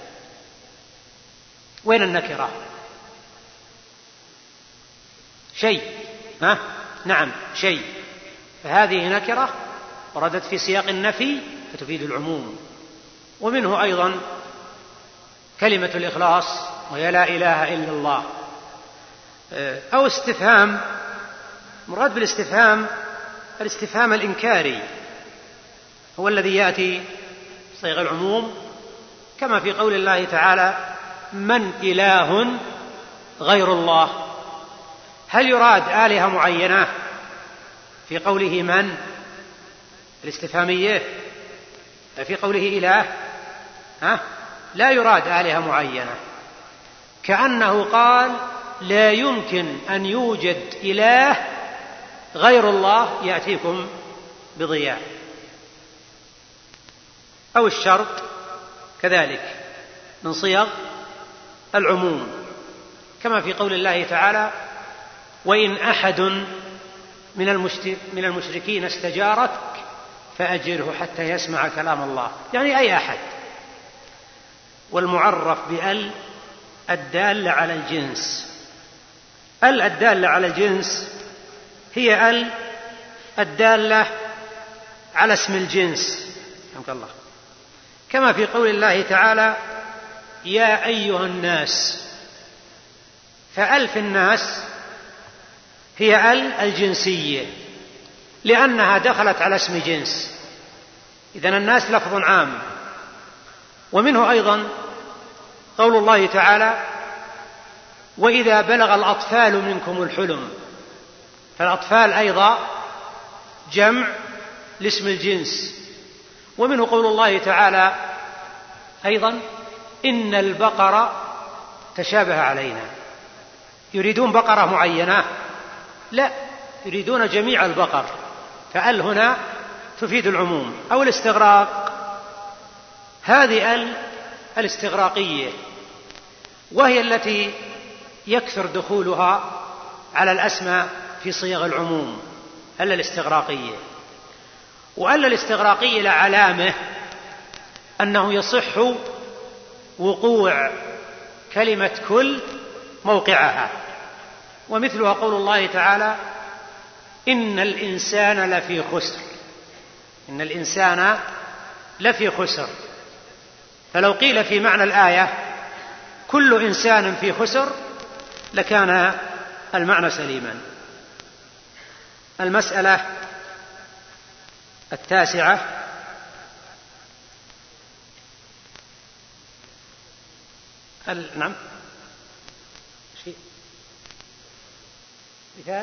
وين النكرة؟ شيء، ها؟ نعم، شيء. فهذه نكرة وردت في سياق النفي فتفيد العموم. ومنه أيضا كلمة الإخلاص، وهي لا إله إلا الله. أو استفهام، مراد بالاستفهام الاستفهام الإنكاري، هو الذي يأتي صيغ العموم، كما في قول الله تعالى: من إله غير الله. هل يراد آلهة معينة في قوله من الاستفهامية؟ في قوله إله ها؟ لا يراد آلهة معينة، كأنه قال: لا يمكن أن يوجد إله غير الله يأتيكم بضياء. أو الشرط كذلك من صيغ العموم، كما في قول الله تعالى: وإن أحد من المشركين استجارك فأجره حتى يسمع كلام الله، يعني أي أحد. والمعرف بأل الدالة على الجنس، ال الدالة على الجنس هي ال الدالة على اسم الجنس، رحمك الله، كما في قول الله تعالى: يا أيها الناس. فألف الناس هي ال الجنسية، لأنها دخلت على اسم جنس، إذن الناس لفظ عام. ومنه أيضا قول الله تعالى: وإذا بلغ الأطفال منكم الحلم. فالأطفال أيضا جمع لاسم الجنس. ومنه قول الله تعالى أيضا: إن البقر تشابه علينا. يريدون بقرة معينة؟ لا، يريدون جميع البقر، فأل هنا تفيد العموم. أو الاستغراق، هذه ال الاستغراقية، وهي التي يكثر دخولها على الأسماء في صيغ العموم، ال الاستغراقية. وأل الاستغراقية لعلامة أنه يصح وقوع كلمة كل موقعها، ومثلها قول الله تعالى: إن الإنسان لفي خسر. إن الإنسان لفي خسر، فلو قيل في معنى الآية كل إنسان في خسر لكان المعنى سليما. المسألة التاسعة: ال... نعم شيء مثال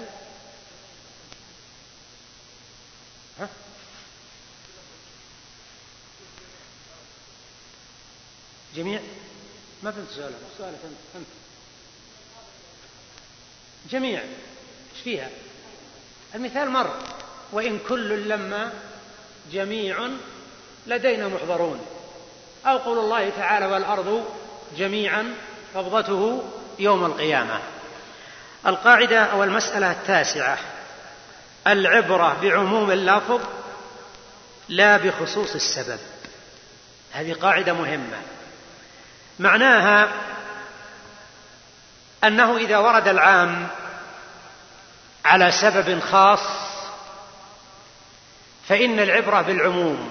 ها؟ جميع ما فهمت سؤالك. سؤالك أنت فهمت جميع ايش فيها؟ المثال مر: وإن كل لما جميع لدينا محضرون. أو قول الله تعالى: والأرض جميعا قبضته يوم القيامة. القاعدة أو المسألة التاسعة: العبرة بعموم اللفظ لا بخصوص السبب. هذه قاعدة مهمة، معناها أنه إذا ورد العام على سبب خاص فإن العبرة بالعموم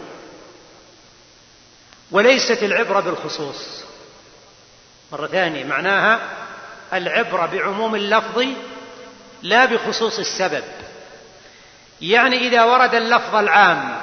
وليست العبرة بالخصوص. مرة ثانية، معناها العبرة بعموم اللفظ لا بخصوص السبب. يعني إذا ورد اللفظ العام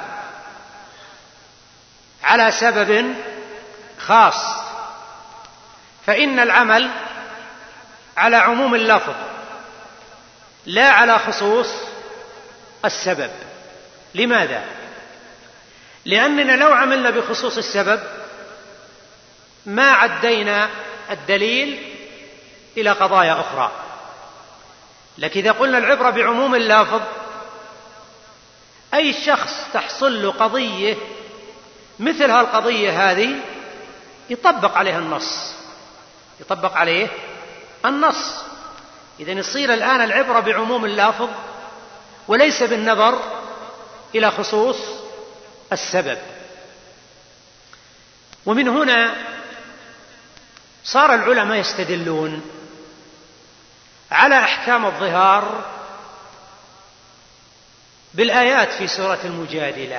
على سبب خاص فإن العمل على عموم اللفظ لا على خصوص السبب. لماذا؟ لأننا لو عملنا بخصوص السبب ما عدينا الدليل إلى قضايا أخرى. لكن إذا قلنا العبرة بعموم اللفظ، أي شخص تحصل له قضية مثل هالقضية هذه يطبق عليها النص، يطبق عليه النص. إذن يصير الآن العبرة بعموم اللفظ وليس بالنظر إلى خصوص السبب. ومن هنا صار العلماء يستدلون على أحكام الظهار بالآيات في سورة المجادلة.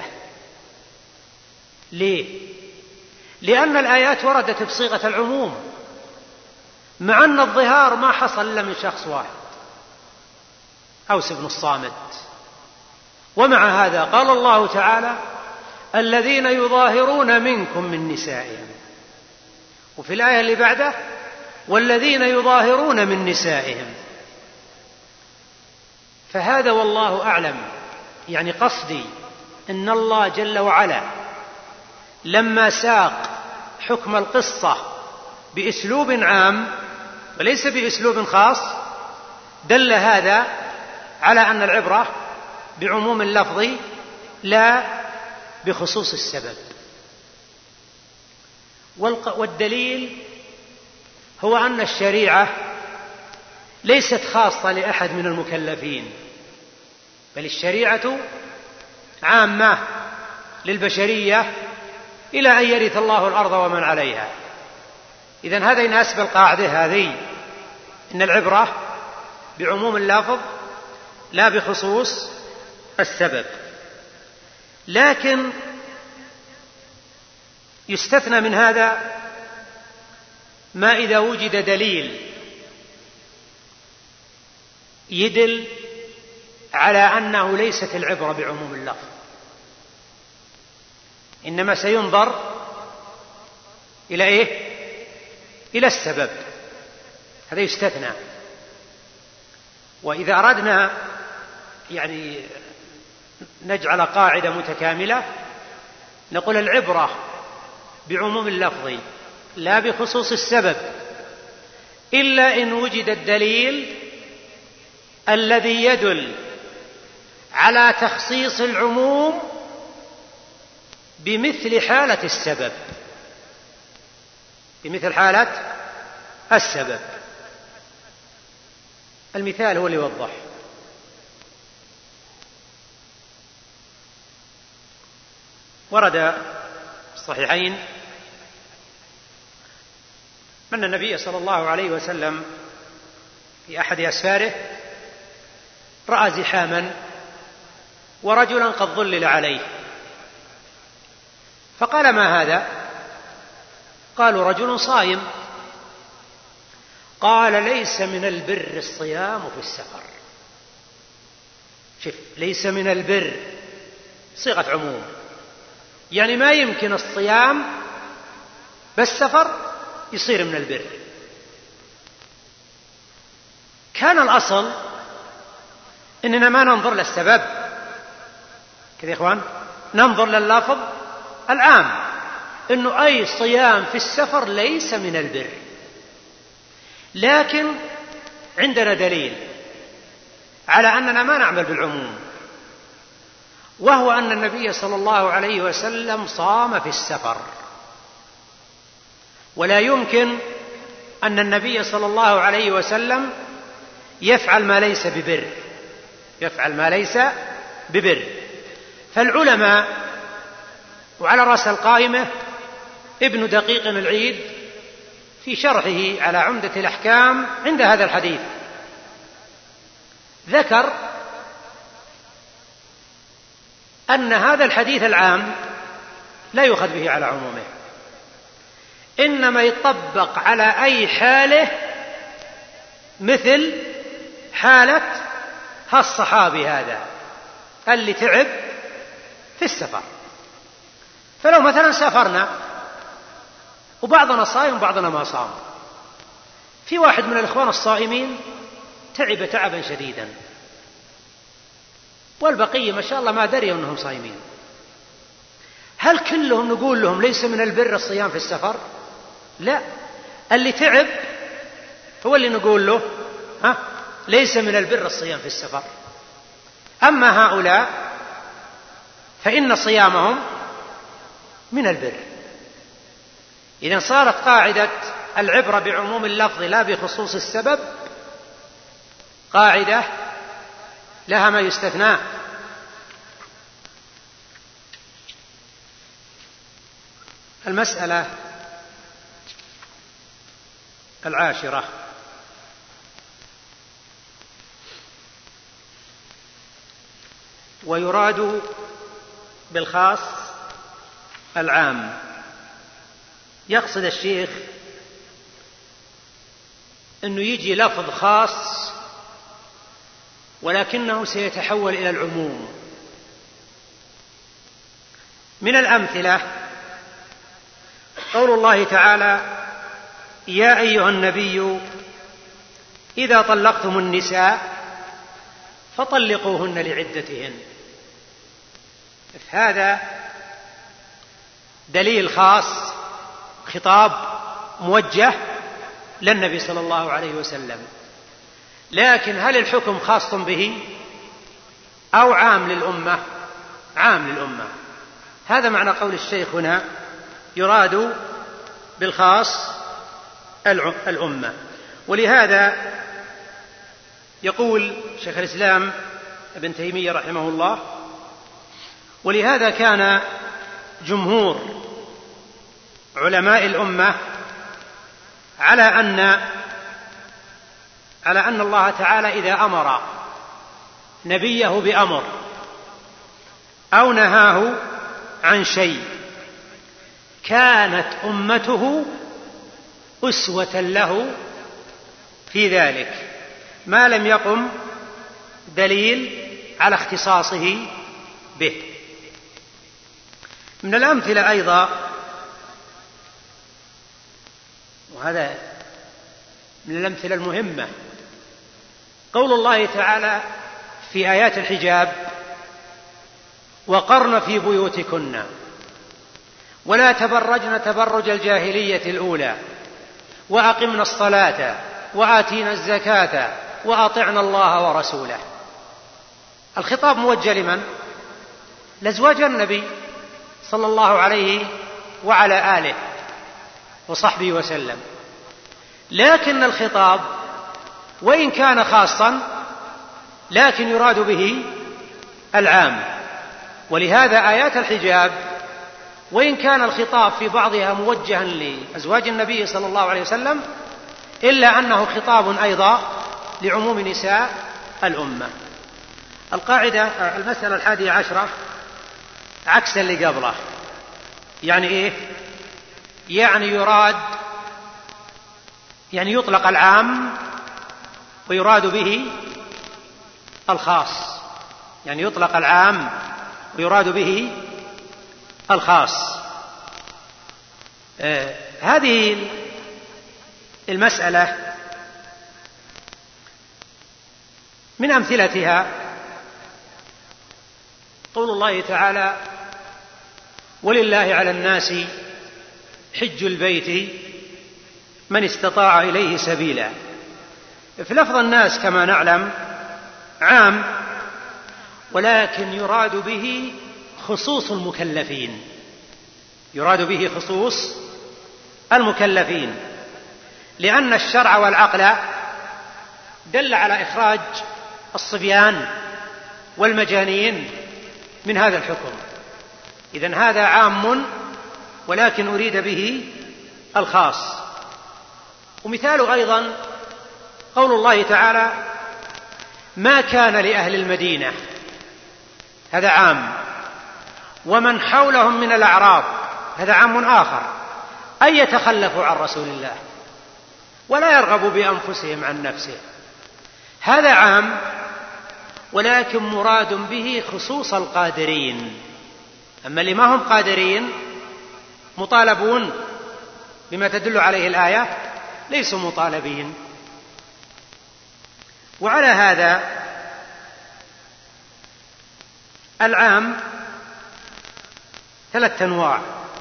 ليه؟ لأن الآيات وردت بصيغة العموم، مع أن الظهار ما حصل إلا من شخص واحد، أوس بن الصامت. ومع هذا قال الله تعالى: الذين يظاهرون منكم من نسائهم. وفي الآية اللي بعده: والذين يظاهرون من نسائهم. فهذا والله أعلم يعني قصدي إن الله جل وعلا لما ساق حكم القصة بأسلوب عام وليس بأسلوب خاص دل هذا على أن العبرة بعموم اللفظ لا بخصوص السبب. والدليل هو أن الشريعة ليست خاصة لأحد من المكلفين، بل الشريعة عامة للبشرية إلى أن يرث الله الأرض ومن عليها. إذن هذا يناسب القاعدة هذه، إن العبرة بعموم اللفظ لا بخصوص السبب. لكن يستثنى من هذا ما إذا وجد دليل يدل على أنه ليست العبرة بعموم اللفظ، إنما سينظر إلى إيه؟ إلى السبب. هذا يستثنى. وإذا أردنا يعني نجعل قاعدة متكاملة نقول العبرة بعموم اللفظ لا بخصوص السبب إلا إن وجد الدليل الذي يدل على تخصيص العموم بمثل حالة السبب، بمثل حالة السبب. المثال هو اللي يوضح. ورد الصحيحين أن النبي صلى الله عليه وسلم في أحد أسفاره رأى زحاما ورجلا قد ظلل عليه، فقال: ما هذا؟ قالوا: رجل صائم. قال: ليس من البر الصيام في السفر. شف، ليس من البر صيغة عموم، يعني ما يمكن الصيام بالسفر يصير من البر. كان الأصل إننا ما ننظر للسبب كذا يا إخوان، ننظر لللفظ العام إنه أي صيام في السفر ليس من البر. لكن عندنا دليل على أننا ما نعمل بالعموم، وهو أن النبي صلى الله عليه وسلم صام في السفر، ولا يمكن أن النبي صلى الله عليه وسلم يفعل ما ليس ببر، يفعل ما ليس ببر. فالعلماء، وعلى رأس القائمة ابن دقيق العيد في شرحه على عمدة الأحكام عند هذا الحديث، ذكر أن هذا الحديث العام لا يؤخذ به على عمومه، إنما يطبق على أي حالة، مثل حالة هالصحابي هذا اللي تعب في السفر. فلو مثلا سافرنا وبعضنا صائم وبعضنا ما صام، في واحد من الإخوان الصائمين تعب تعبا شديدا، والبقية ما شاء الله ما دري أنهم صائمين، هل كلهم نقول لهم ليس من البر الصيام في السفر؟ لا، اللي تعب هو اللي نقول له ها ليس من البر الصيام في السفر. أما هؤلاء فإن صيامهم من البر. إذن صارت قاعدة العبرة بعموم اللفظ لا بخصوص السبب قاعدة لها ما يستثنى. المسألة العاشرة: ويراد بالخاص العام. يقصد الشيخ أنه يجي لفظ خاص ولكنه سيتحول إلى العموم. من الأمثلة قول الله تعالى: يا أيها النبي إذا طلقتم النساء فطلقوهن لعدتهن. هذا دليل خاص، خطاب موجه للنبي صلى الله عليه وسلم، لكن هل الحكم خاص به أو عام للأمة؟ عام للأمة. هذا معنى قول الشيخ هنا: يراد بالخاص الأمة. ولهذا يقول شيخ الإسلام ابن تيمية رحمه الله: ولهذا كان جمهور علماء الأمة على أن على أن الله تعالى إذا أمر نبيه بأمر أو نهاه عن شيء كانت أمته أسوة له في ذلك، ما لم يقم دليل على اختصاصه به. من الأمثلة أيضا، وهذا من الأمثلة المهمة، قول الله تعالى في آيات الحجاب: وقرن في بيوتكن ولا تبرجن تبرج الجاهلية الأولى وأقمنا الصلاة وآتينا الزكاة وأطعنا الله ورسوله. الخطاب موجه لمن؟ لأزواج النبي صلى الله عليه وعلى آله وصحبه وسلم، لكن الخطاب وإن كان خاصا لكن يراد به العام. ولهذا آيات الحجاب وإن كان الخطاب في بعضها موجها لأزواج النبي صلى الله عليه وسلم إلا أنه خطاب أيضا لعموم نساء الأمة. القاعدة المسألة الحادية عشرة عكس اللي قبله. يعني إيه؟ يعني يراد يعني يطلق العام ويراد به الخاص، يعني يطلق العام ويراد به الخاص. آه هذه المسألة من أمثلتها قول الله تعالى: ولله على الناس حج البيت من استطاع إليه سبيلا. في لفظ الناس كما نعلم عام، ولكن يراد به خصوص المكلفين، يراد به خصوص المكلفين، لأن الشرع والعقل دل على إخراج الصبيان والمجانين من هذا الحكم. إذن هذا عام ولكن أريد به الخاص. ومثال أيضا قول الله تعالى: ما كان لأهل المدينة، هذا عام، ومن حولهم من الأعراب، هذا عام آخر، أن يتخلفوا عن رسول الله ولا يرغبوا بأنفسهم عن نفسه، هذا عام ولكن مراد به خصوص القادرين. أما اللي ما هم قادرين مطالبون بما تدل عليه الآية، ليسوا مطالبين. وعلى هذا العام ثلاث أنواع: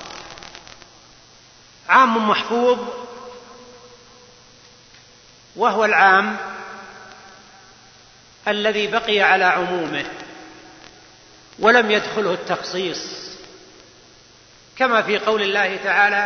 عام محفوظ، وهو العام الذي بقي على عمومه ولم يدخله التخصيص، كما في قول الله تعالى: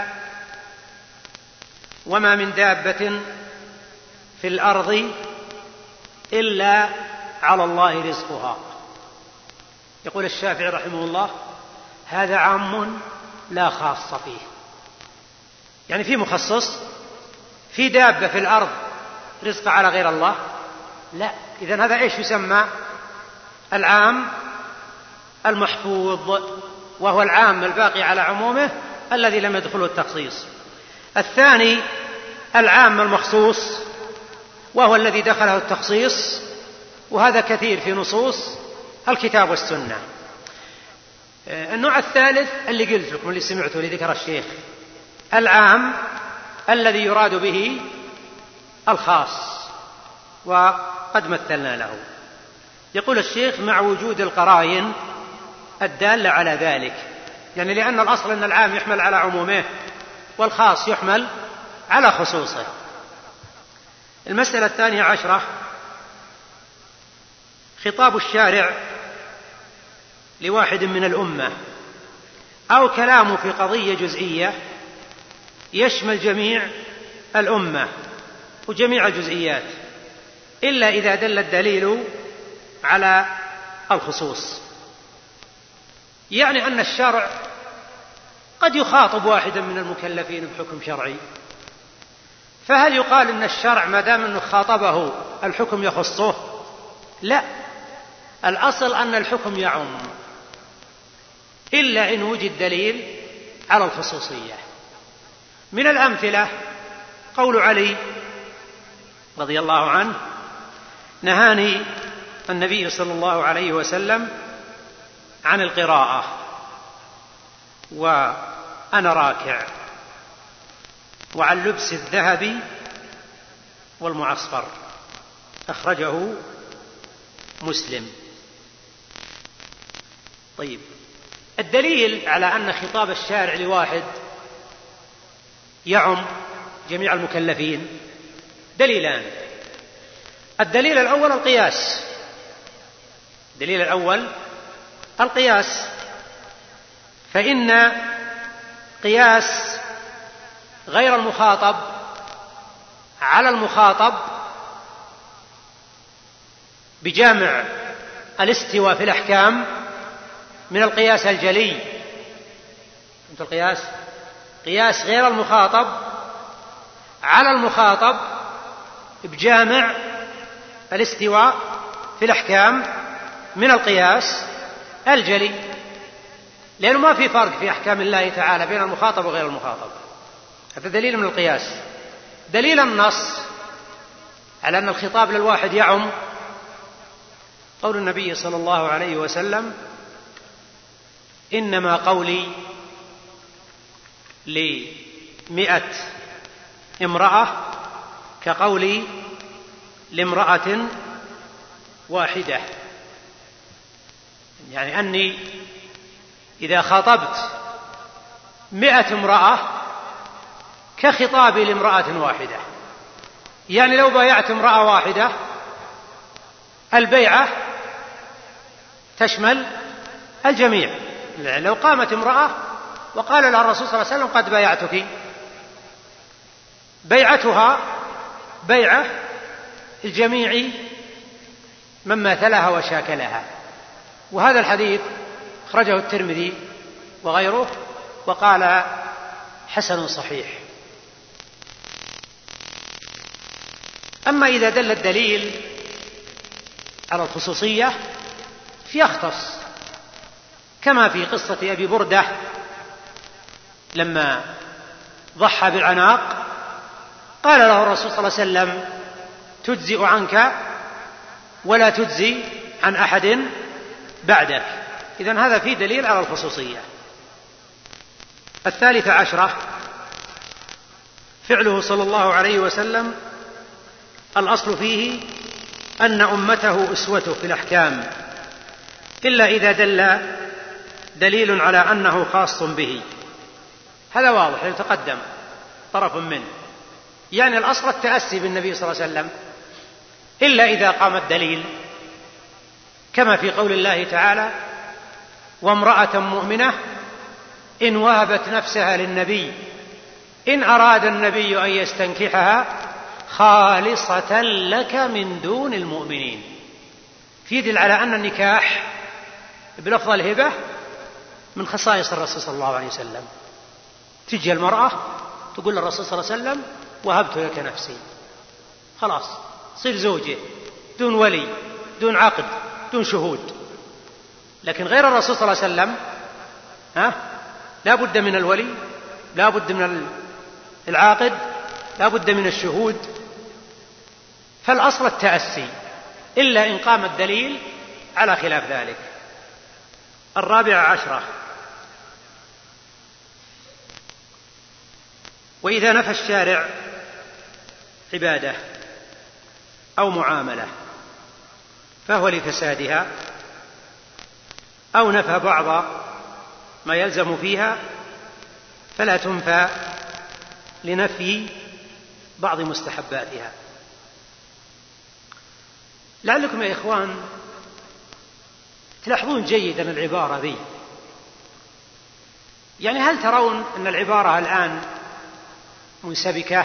وما من دابة في الأرض إلا على الله رزقها. يقول الشافعي رحمه الله: هذا عام لا خاص فيه، يعني في مخصص، في دابة في الأرض رزق على غير الله؟ لا. إذن هذا إيش يسمى؟ العام المحفوظ، وهو العام الباقي على عمومه الذي لم يدخله التخصيص. الثاني العام المخصوص، وهو الذي دخله التخصيص، وهذا كثير في نصوص الكتاب والسنة. النوع الثالث اللي قلت لكم، اللي سمعته لذكر الشيخ، العام الذي يراد به الخاص، وقد مثلنا له. يقول الشيخ: مع وجود القرائن الدالة على ذلك، يعني لأن الأصل أن العام يحمل على عمومه والخاص يحمل على خصوصه. المسألة الثانية عشرة: خطاب الشارع لواحد من الأمة أو كلامه في قضية جزئية يشمل جميع الأمة وجميع الجزئيات، إلا إذا دل الدليل على الخصوص. يعني أن الشرع قد يخاطب واحدا من المكلفين بحكم شرعي، فهل يقال إن الشرع ما دام أنه خاطبه الحكم يخصه؟ لا، الأصل أن الحكم يعم إلا إن وجد دليل على الخصوصية. من الأمثلة قول علي رضي الله عنه: نهاني النبي صلى الله عليه وسلم عن القراءة وأنا راكع، وعن لبس الذهب والمعصفر، أخرجه مسلم. طيب، الدليل على أن خطاب الشارع لواحد يعم جميع المكلفين دليلان. الدليل الأول القياس، الدليل الأول القياس، فإن قياس غير المخاطب على المخاطب بجامع الاستواء في الأحكام من القياس الجلي، فهمت القياس؟ قياس غير المخاطب على المخاطب بجامع الاستواء في الأحكام من القياس الجلي، لأنه ما في فرق في أحكام الله تعالى بين المخاطب وغير المخاطب. هذا دليل من القياس. دليل النص على أن الخطاب للواحد يعم قول النبي صلى الله عليه وسلم: إنما قولي لمئة امرأة كقولي لامرأة واحدة. يعني أني إذا خاطبت مئة امرأة كخطابي لامرأة واحدة. يعني لو بايعت امرأة واحدة البيعة تشمل الجميع. لو قامت امرأة وقال لها الرسول صلى الله عليه وسلم: قد بايعتك، بيعتها بيعة الجميع من مثلها وشاكلها. وهذا الحديث أخرجه الترمذي وغيره وقال حسن صحيح. أما إذا دل الدليل على الخصوصية فيختص، كما في قصة أبي بردة لما ضحى بالعناق قال له الرسول صلى الله عليه وسلم: تجزئ عنك ولا تجزي عن أحد بعدك. إذن هذا فيه دليل على الخصوصية. الثالثة عشرة فعله صلى الله عليه وسلم الأصل فيه أن أمته أسوته في الأحكام، إلا إذا دل دليل على أنه خاص به. هذا واضح يتقدم طرف منه. يعني الأصل التأسي بالنبي صلى الله عليه وسلم، إلا إذا قام الدليل، كما في قول الله تعالى: وامرأة مؤمنة إن وهبت نفسها للنبي إن أراد النبي أن يستنكحها خالصة لك من دون المؤمنين. فيدل على أن النكاح بلفظ الهبة من خصائص الرسول صلى الله عليه وسلم. تجي المرأة تقول للرسول صلى الله عليه وسلم: وهبت لك نفسي، خلاص صير زوجه دون ولي دون عقد دون شهود. لكن غير الرسول صلى الله عليه وسلم ها لا بد من الولي، لا بد من العاقد، لا بد من الشهود. فالأصل التأسي، إلا إن قام الدليل على خلاف ذلك. الرابعة عشرة وإذا نفى الشارع عبادة أو معاملة فهو لفسادها، أو نفى بعض ما يلزم فيها فلا تنفى لنفي بعض مستحباتها. لعلكم يا إخوان تلاحظون جيدا العبارة ذي. يعني هل ترون أن العبارة الآن منسبكة؟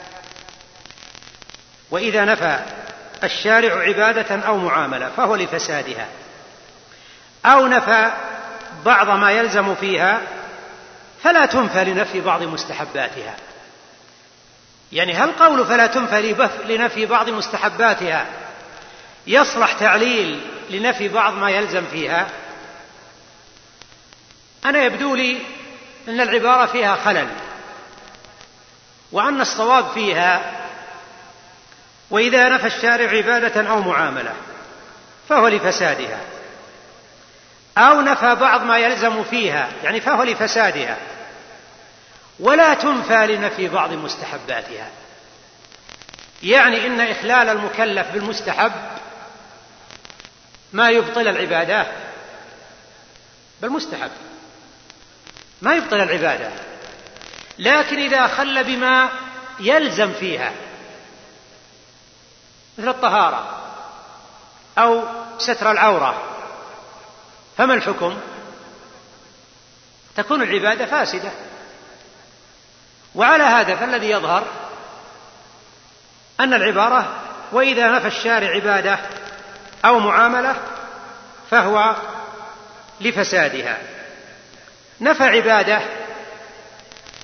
وإذا نفى الشارع عبادة أو معاملة فهو لفسادها، أو نفى بعض ما يلزم فيها فلا تنفى لنفي بعض مستحباتها. يعني هل قول فلا تنفى لنفي بعض مستحباتها يصلح تعليل لنفي بعض ما يلزم فيها؟ أنا يبدو لي أن العبارة فيها خلل، وأن الصواب فيها: وإذا نفى الشارع عبادة أو معاملة فهو لفسادها، أو نفى بعض ما يلزم فيها يعني فهو لفسادها، ولا تنفى لنفي بعض مستحباتها. يعني إن إخلال المكلف بالمستحب ما يبطل العبادة، بالمستحب ما يبطل العبادة، لكن إذا خل بما يلزم فيها مثل الطهارة أو ستر العورة فما الحكم؟ تكون العبادة فاسدة. وعلى هذا فالذي يظهر أن العبارة وإذا نفى الشارع عبادة أو معاملة فهو لفسادها. نفى عبادة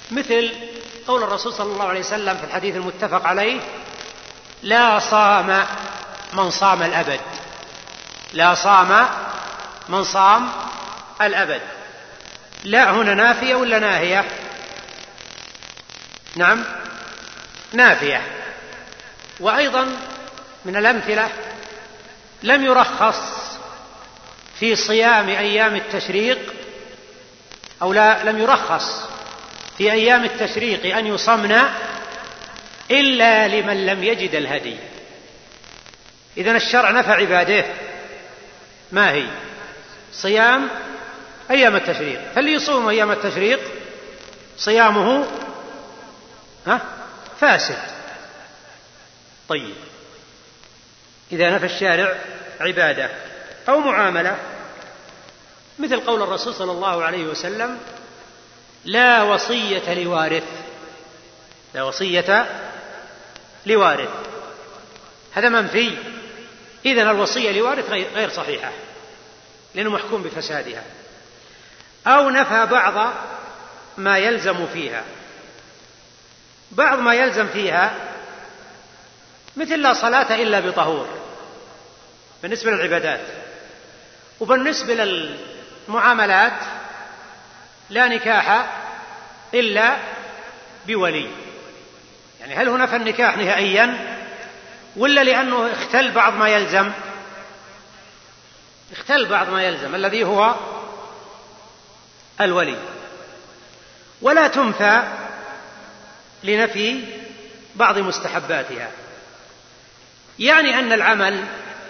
مثل قول الرسول صلى الله عليه وسلم في الحديث المتفق عليه: لا صام من صام الأبد. لا صام من صام الأبد. لا هنا نافية ولا ناهية؟ نعم نافية. وأيضا من الأمثلة: لم يرخص في صيام أيام التشريق، أو لا لم يرخص في أيام التشريق أن يصمن إلا لمن لم يجد الهدي. إذن الشرع نفى عباده، ما هي؟ صيام أيام التشريق. فاللي يصوم أيام التشريق صيامه ها فاسد. طيب، إذا نفى الشارع عبادة أو معاملة، مثل قول الرسول صلى الله عليه وسلم: لا وصية لوارث. لا وصية لوارث، هذا منفي. إذن الوصية لوارث غير صحيحة لأنه محكوم بفسادها. أو نفى بعض ما يلزم فيها. بعض ما يلزم فيها مثل لا صلاة إلا بطهور بالنسبة للعبادات، وبالنسبة للمعاملات لا نكاح إلا بولي. يعني هل هنا فالنكاح نهائيا، ولا لأنه اختل بعض ما يلزم؟ اختل بعض ما يلزم الذي هو الولي. ولا تنفى لنفي بعض مستحباتها. يعني أن العمل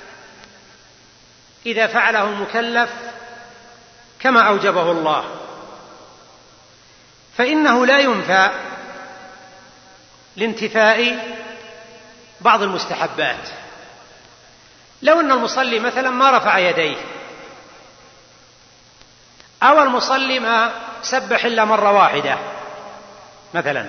إذا فعله المكلف كما أوجبه الله فإنه لا ينفى لانتفاء بعض المستحبات. لو أن المصلي مثلا ما رفع يديه، أو المصلي ما سبح إلا مرة واحدة مثلا،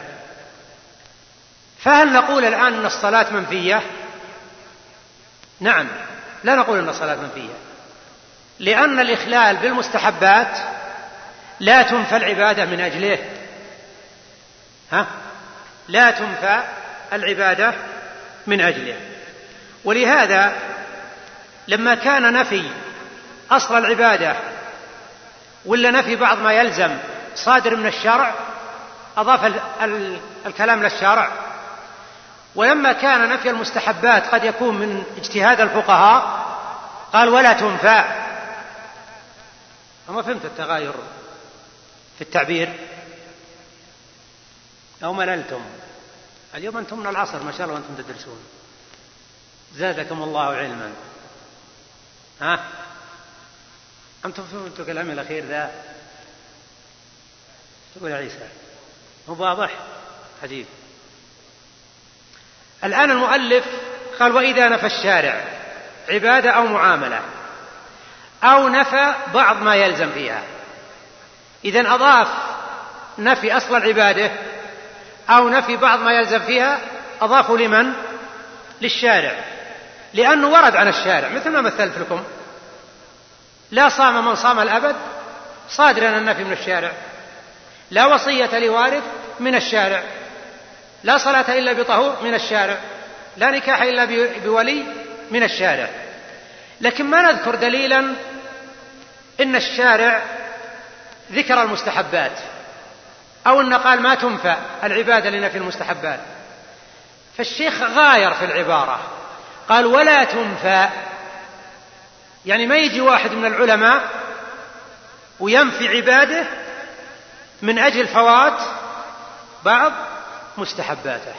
فهل نقول الآن أن الصلاة منفية؟ نعم، لا نقول أن الصلاة منفية، لأن الإخلال بالمستحبات لا تنفى العبادة من أجله. ها؟ لا تنفى العبادة من أجله. ولهذا لما كان نفي أصل العبادة ولا نفي بعض ما يلزم صادر من الشرع أضاف الكلام للشرع. ولما كان نفي المستحبات قد يكون من اجتهاد الفقهاء قال ولا تنفى. أما فهمت التغاير في التعبير أو مللتم؟ اليوم أنتم من العصر ما شاء الله وأنتم تدرسون، زادكم الله علما. ها أنتم فهمتوا كلامي الأخير ذا؟ تقول عيسى هو واضح عجيب. الآن المؤلف قال: وإذا نفى الشارع عبادة أو معاملة أو نفى بعض ما يلزم فيها. إذن أضاف نفي أصل العبادة أو نفي بعض ما يلزم فيها، أضافوا لمن؟ للشارع، لأنه ورد عن الشارع. مثل ما مثلت لكم: لا صام من صام الأبد، صادر عن النفي من الشارع. لا وصية لوارث من الشارع. لا صلاة إلا بطهور من الشارع. لا نكاح إلا بولي من الشارع. لكن ما نذكر دليلا إن الشارع ذكر المستحبات أو أن قال ما تنفى العبادة لنفي المستحبات. فالشيخ غاير في العبارة، قال ولا تنفى، يعني ما يجي واحد من العلماء وينفي عباده من أجل فوات بعض مستحباته.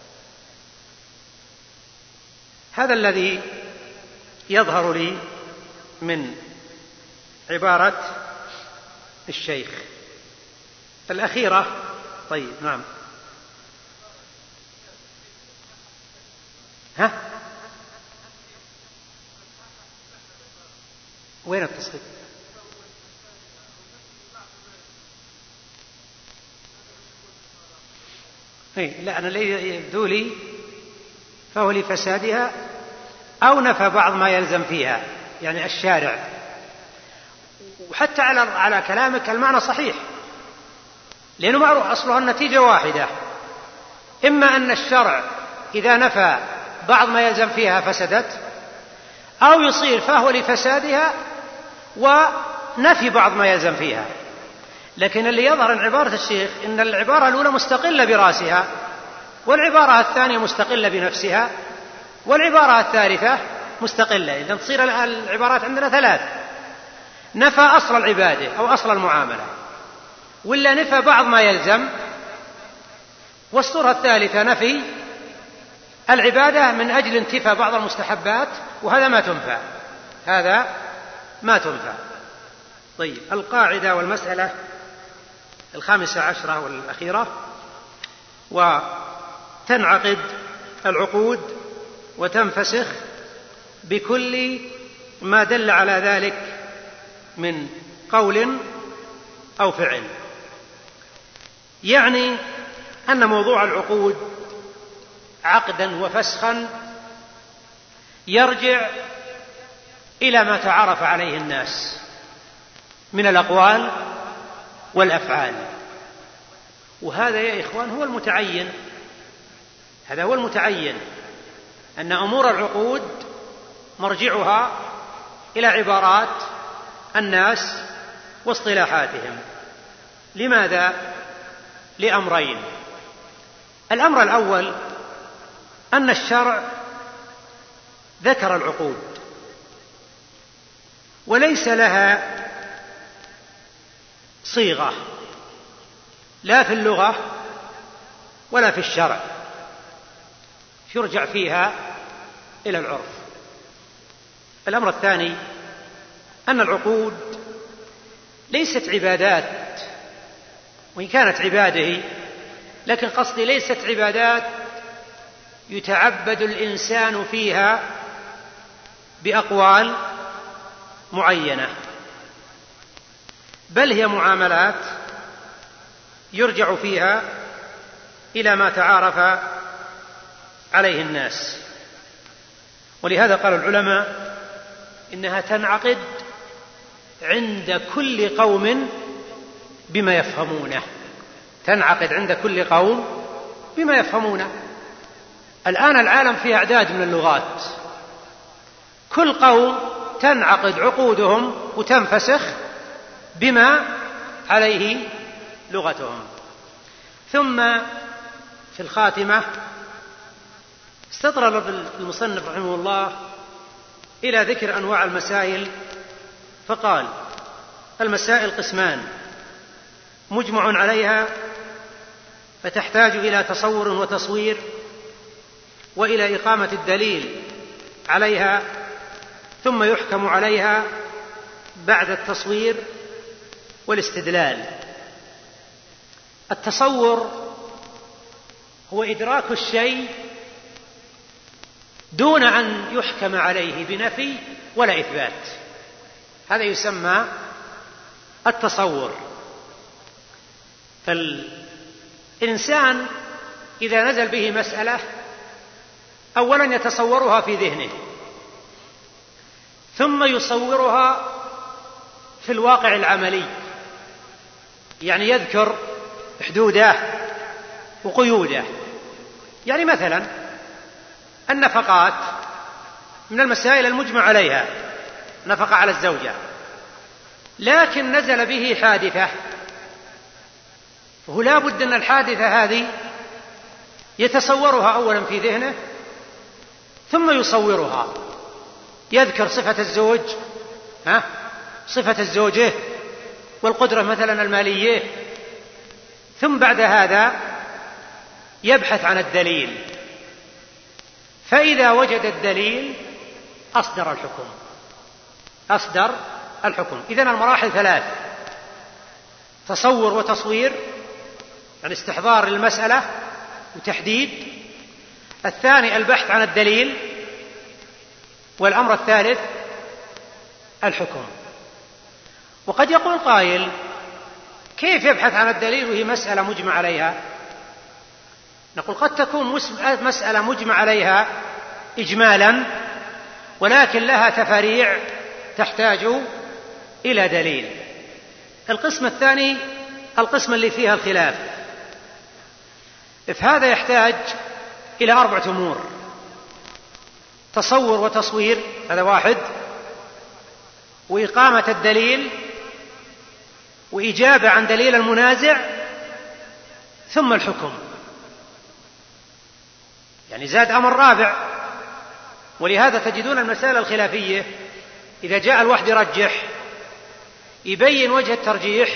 هذا الذي يظهر لي من عبارة الشيخ الأخيرة. طيب نعم. ها وين التصريح؟ إيه لا، أنا اللي يبدو لي فهو لفسادها أو نفى بعض ما يلزم فيها، يعني الشارع. وحتى على على كلامك المعنى صحيح، لأنه معروف أصلها النتيجة واحدة، إما أن الشرع إذا نفى بعض ما يلزم فيها فسدت، أو يصير فهو لفسادها ونفي بعض ما يلزم فيها. لكن اللي يظهر من عبارة الشيخ إن العبارة الأولى مستقلة برأسها، والعبارة الثانية مستقلة بنفسها، والعبارة الثالثة مستقلة. إذن تصير العبارات عندنا ثلاث: نفى أصل العبادة أو أصل المعاملة، ولا نفى بعض ما يلزم، والصورة الثالثة نفي العبادة من أجل انتفاء بعض المستحبات، وهذا ما تنفع، هذا ما تنفع. طيب، القاعدة والمسألة الخامسة عشرة والأخيرة: وتنعقد العقود وتنفسخ بكل ما دل على ذلك من قول أو فعل. يعني أن موضوع العقود عقدا وفسخا يرجع إلى ما تعارف عليه الناس من الأقوال والأفعال، وهذا يا إخوان هو المتعين، هذا هو المتعين، أن أمور العقود مرجعها إلى عبارات الناس واصطلاحاتهم. لماذا؟ لأمرين: الأمر الأول أن الشرع ذكر العقود وليس لها صيغة لا في اللغة ولا في الشرع يرجع فيها إلى العرف. الأمر الثاني أن العقود ليست عبادات، وإن كانت عباده، لكن قصدي ليست عبادات يتعبد الإنسان فيها بأقوال معينة، بل هي معاملات يرجع فيها إلى ما تعارف عليه الناس. ولهذا قال العلماء إنها تنعقد عند كل قوم بما يفهمونه، تنعقد عند كل قوم بما يفهمونه. الآن العالم فيه أعداد من اللغات، كل قوم تنعقد عقودهم وتنفسخ بما عليه لغتهم. ثم في الخاتمة استطرد المصنف رحمه الله إلى ذكر أنواع المسائل، فقال: المسائل قسمان: مجمع عليها فتحتاج إلى تصور وتصوير وإلى إقامة الدليل عليها، ثم يحكم عليها بعد التصوير والاستدلال. التصور هو إدراك الشيء دون أن يحكم عليه بنفي ولا إثبات، هذا يسمى التصور. فالإنسان إذا نزل به مسألة أولا يتصورها في ذهنه، ثم يصورها في الواقع العملي، يعني يذكر حدوده وقيوده. يعني مثلا النفقات من المسائل المجمع عليها، نفقة على الزوجة، لكن نزل به حادثة، فهو لا بد أن الحادثة هذه يتصورها أولا في ذهنه ثم يصورها، يذكر صفة الزوج، ها؟ صفة الزوجة والقدرة مثلا المالية، ثم بعد هذا يبحث عن الدليل، فإذا وجد الدليل أصدر الحكم، أصدر الحكم. إذن المراحل ثلاث: تصور وتصوير، يعني استحضار المسألة وتحديد. الثاني البحث عن الدليل. والأمر الثالث الحكم. وقد يقول قائل: كيف يبحث عن الدليل وهي مسألة مجمع عليها؟ نقول: قد تكون مسألة مجمع عليها إجمالا، ولكن لها تفريع تحتاج إلى دليل. القسم الثاني القسم اللي فيها الخلاف، فهذا يحتاج إلى أربعة أمور: تصور وتصوير، هذا واحد، وإقامة الدليل، وإجابة عن دليل المنازع، ثم الحكم. يعني زاد أمر رابع. ولهذا تجدون المسائل الخلافية إذا جاء الواحد يرجح يبين وجه الترجيح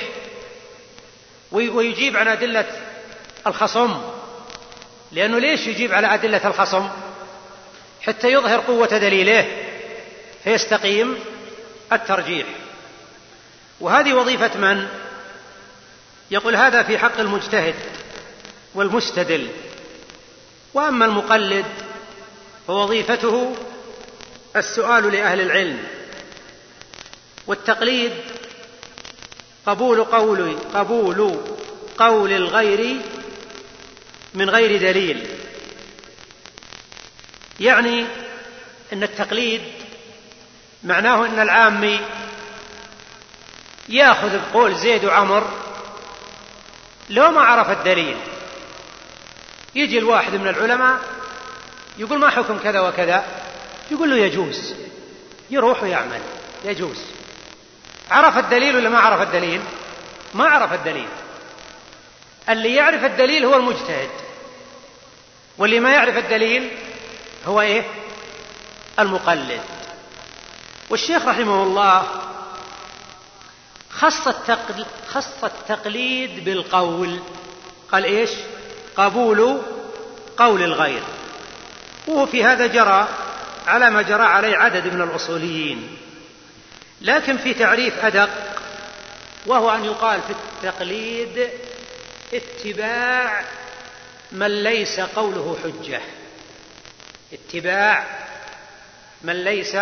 ويجيب عن أدلة الخصم. لأنه ليش يجيب على أدلة الخصم؟ حتى يظهر قوة دليله فيستقيم الترجيح. وهذه وظيفة من؟ يقول هذا في حق المجتهد والمستدل. وأما المقلد فوظيفته السؤال لأهل العلم، والتقليد قبول قول قبول قول الغير من غير دليل. يعني أن التقليد معناه أن العامي يأخذ بقول زيد وعمر لو ما عرف الدليل. يجي الواحد من العلماء يقول ما حكم كذا وكذا، يقول له يجوز، يروح ويعمل، يجوز. عرف الدليل ولا ما عرف الدليل؟ ما عرف الدليل. اللي يعرف الدليل هو المجتهد، واللي ما يعرف الدليل هو إيه؟ المقلد. والشيخ رحمه الله خص التقل... خص التقليد بالقول، قال إيش؟ قبول قول الغير. وفي هذا جرى على ما جرى عليه عدد من الأصوليين. لكن في تعريف أدق، وهو أن يقال في التقليد اتباع من ليس قوله حجة. اتباع من ليس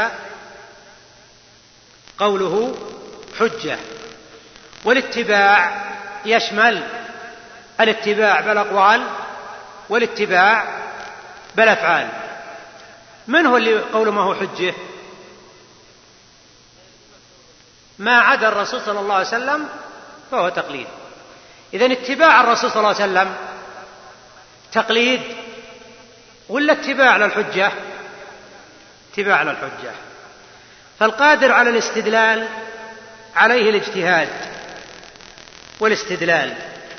قوله حجة. والاتباع يشمل الاتباع بالأقوال والاتباع بالأفعال. من هو اللي قوله ما هو حجة؟ ما عدا الرسول صلى الله عليه وسلم فهو تقليد. إذن اتباع الرسول صلى الله عليه وسلم تقليد ولا اتباع للحجة؟ اتباع للحجة. فالقادر على الاستدلال عليه الاجتهاد والاستدلال،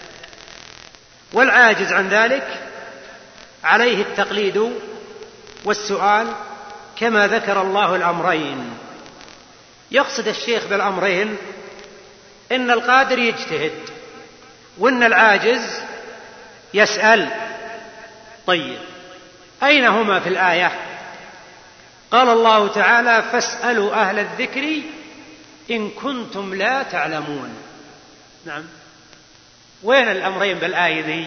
والعاجز عن ذلك عليه التقليد والسؤال، كما ذكر الله الأمرين. يقصد الشيخ بالأمرين إن القادر يجتهد وإن العاجز يسأل. طيب، أين هما في الآية؟ قال الله تعالى: فاسألوا أهل الذكر إن كنتم لا تعلمون. نعم، وين الأمرين بالآية ذي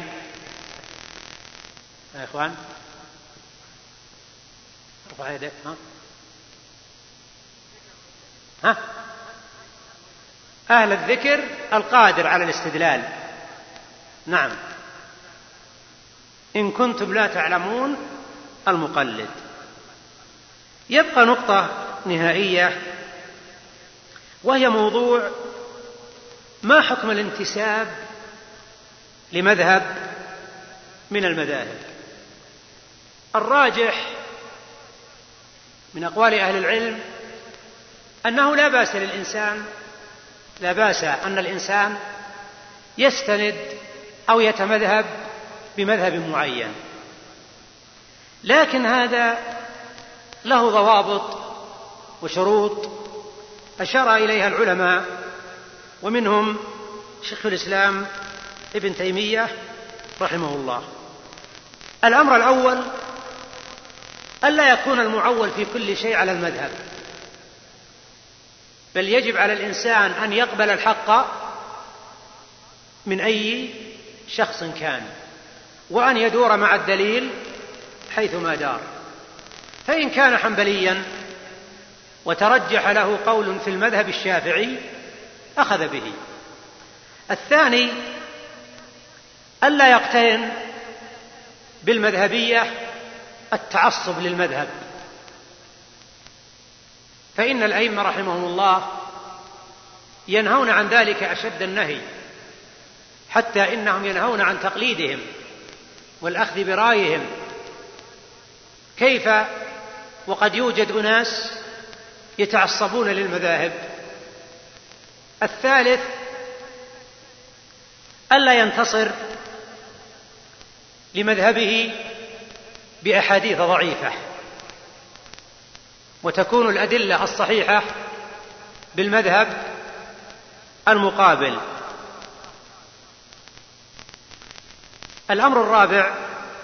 يا إخوان؟ ارفع يدك. ها ها أهل الذكر القادر على الاستدلال. نعم. إن كنتم لا تعلمون المقلد. يبقى نقطة نهائية، وهي موضوع ما حكم الانتساب لمذهب من المذاهب. الراجح من أقوال أهل العلم أنه لا بأس للإنسان لا بأس أن الإنسان يستند أو يتمذهب بمذهب معين، لكن هذا له ضوابط وشروط أشار إليها العلماء، ومنهم شيخ الإسلام ابن تيمية رحمه الله. الأمر الأول ألا يكون المعول في كل شيء على المذهب، بل يجب على الإنسان أن يقبل الحق من أي شخص كان، وأن يدور مع الدليل حيثما دار. فإن كان حنبليا وترجح له قول في المذهب الشافعي أخذ به. الثاني ألا يقترن بالمذهبية التعصب للمذهب، فإن الأئمة رحمهم الله ينهون عن ذلك أشد النهي، حتى إنهم ينهون عن تقليدهم والأخذ برأيهم. كيف وقد يوجد أناس يتعصبون للمذاهب؟ الثالث ألا ينتصر لمذهبه بأحاديث ضعيفة، وتكون الأدلة الصحيحة بالمذهب المقابل. الأمر الرابع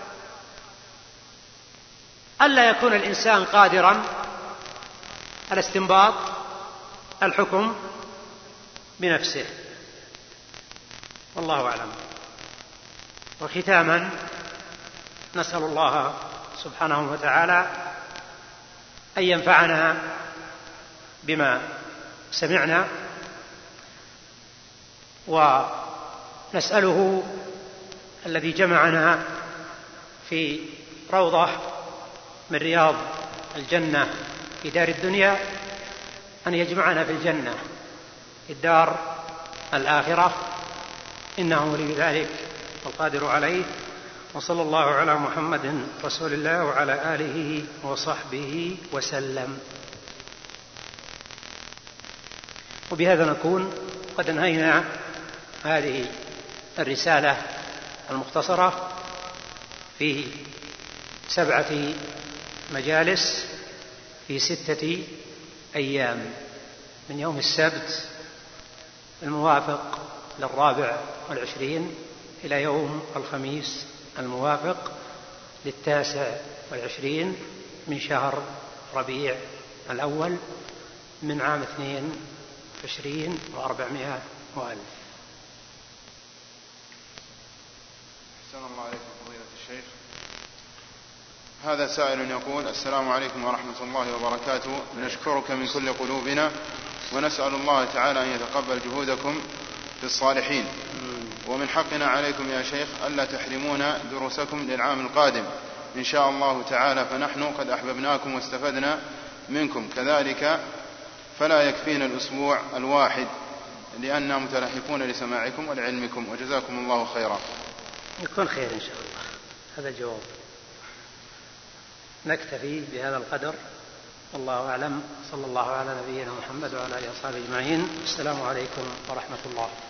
ألا يكون الإنسان قادرا على استنباط الحكم بنفسه، والله أعلم. وختاما نسأل الله سبحانه وتعالى أن ينفعنا بما سمعنا، ونسأله الذي جمعنا في روضة من رياض الجنة في دار الدنيا أن يجمعنا في الجنة في الدار الآخرة، إنه ولي ذلك والقادر عليه. وصلى الله على محمد رسول الله وعلى آله وصحبه وسلم. وبهذا نكون قد انهينا هذه الرسالة المختصرة في سبعة مجالس في ستة أيام، من يوم السبت الموافق للرابع والعشرين إلى يوم الخميس الموافق للتاسع والعشرين من شهر ربيع الأول من عام اثنين وعشرين وأربعمائة وألف. السلام الله عليكم فضيلة الشيخ. هذا سائل يقول: السلام عليكم ورحمة الله وبركاته، نشكرك من كل قلوبنا ونسأل الله تعالى أن يتقبل جهودكم في الصالحين، ومن حقنا عليكم يا شيخ ألا تحرمونا دروسكم للعام القادم إن شاء الله تعالى، فنحن قد أحببناكم واستفدنا منكم، كذلك فلا يكفينا الأسبوع الواحد لأننا متلهفون لسماعكم ولعلمكم، وجزاكم الله خيرا. يكون خير إن شاء الله. هذا الجواب. نكتفي بهذا القدر، والله أعلم. صلى الله على نبينا محمد وعلى آله وصحبه أجمعين. السلام عليكم ورحمة الله.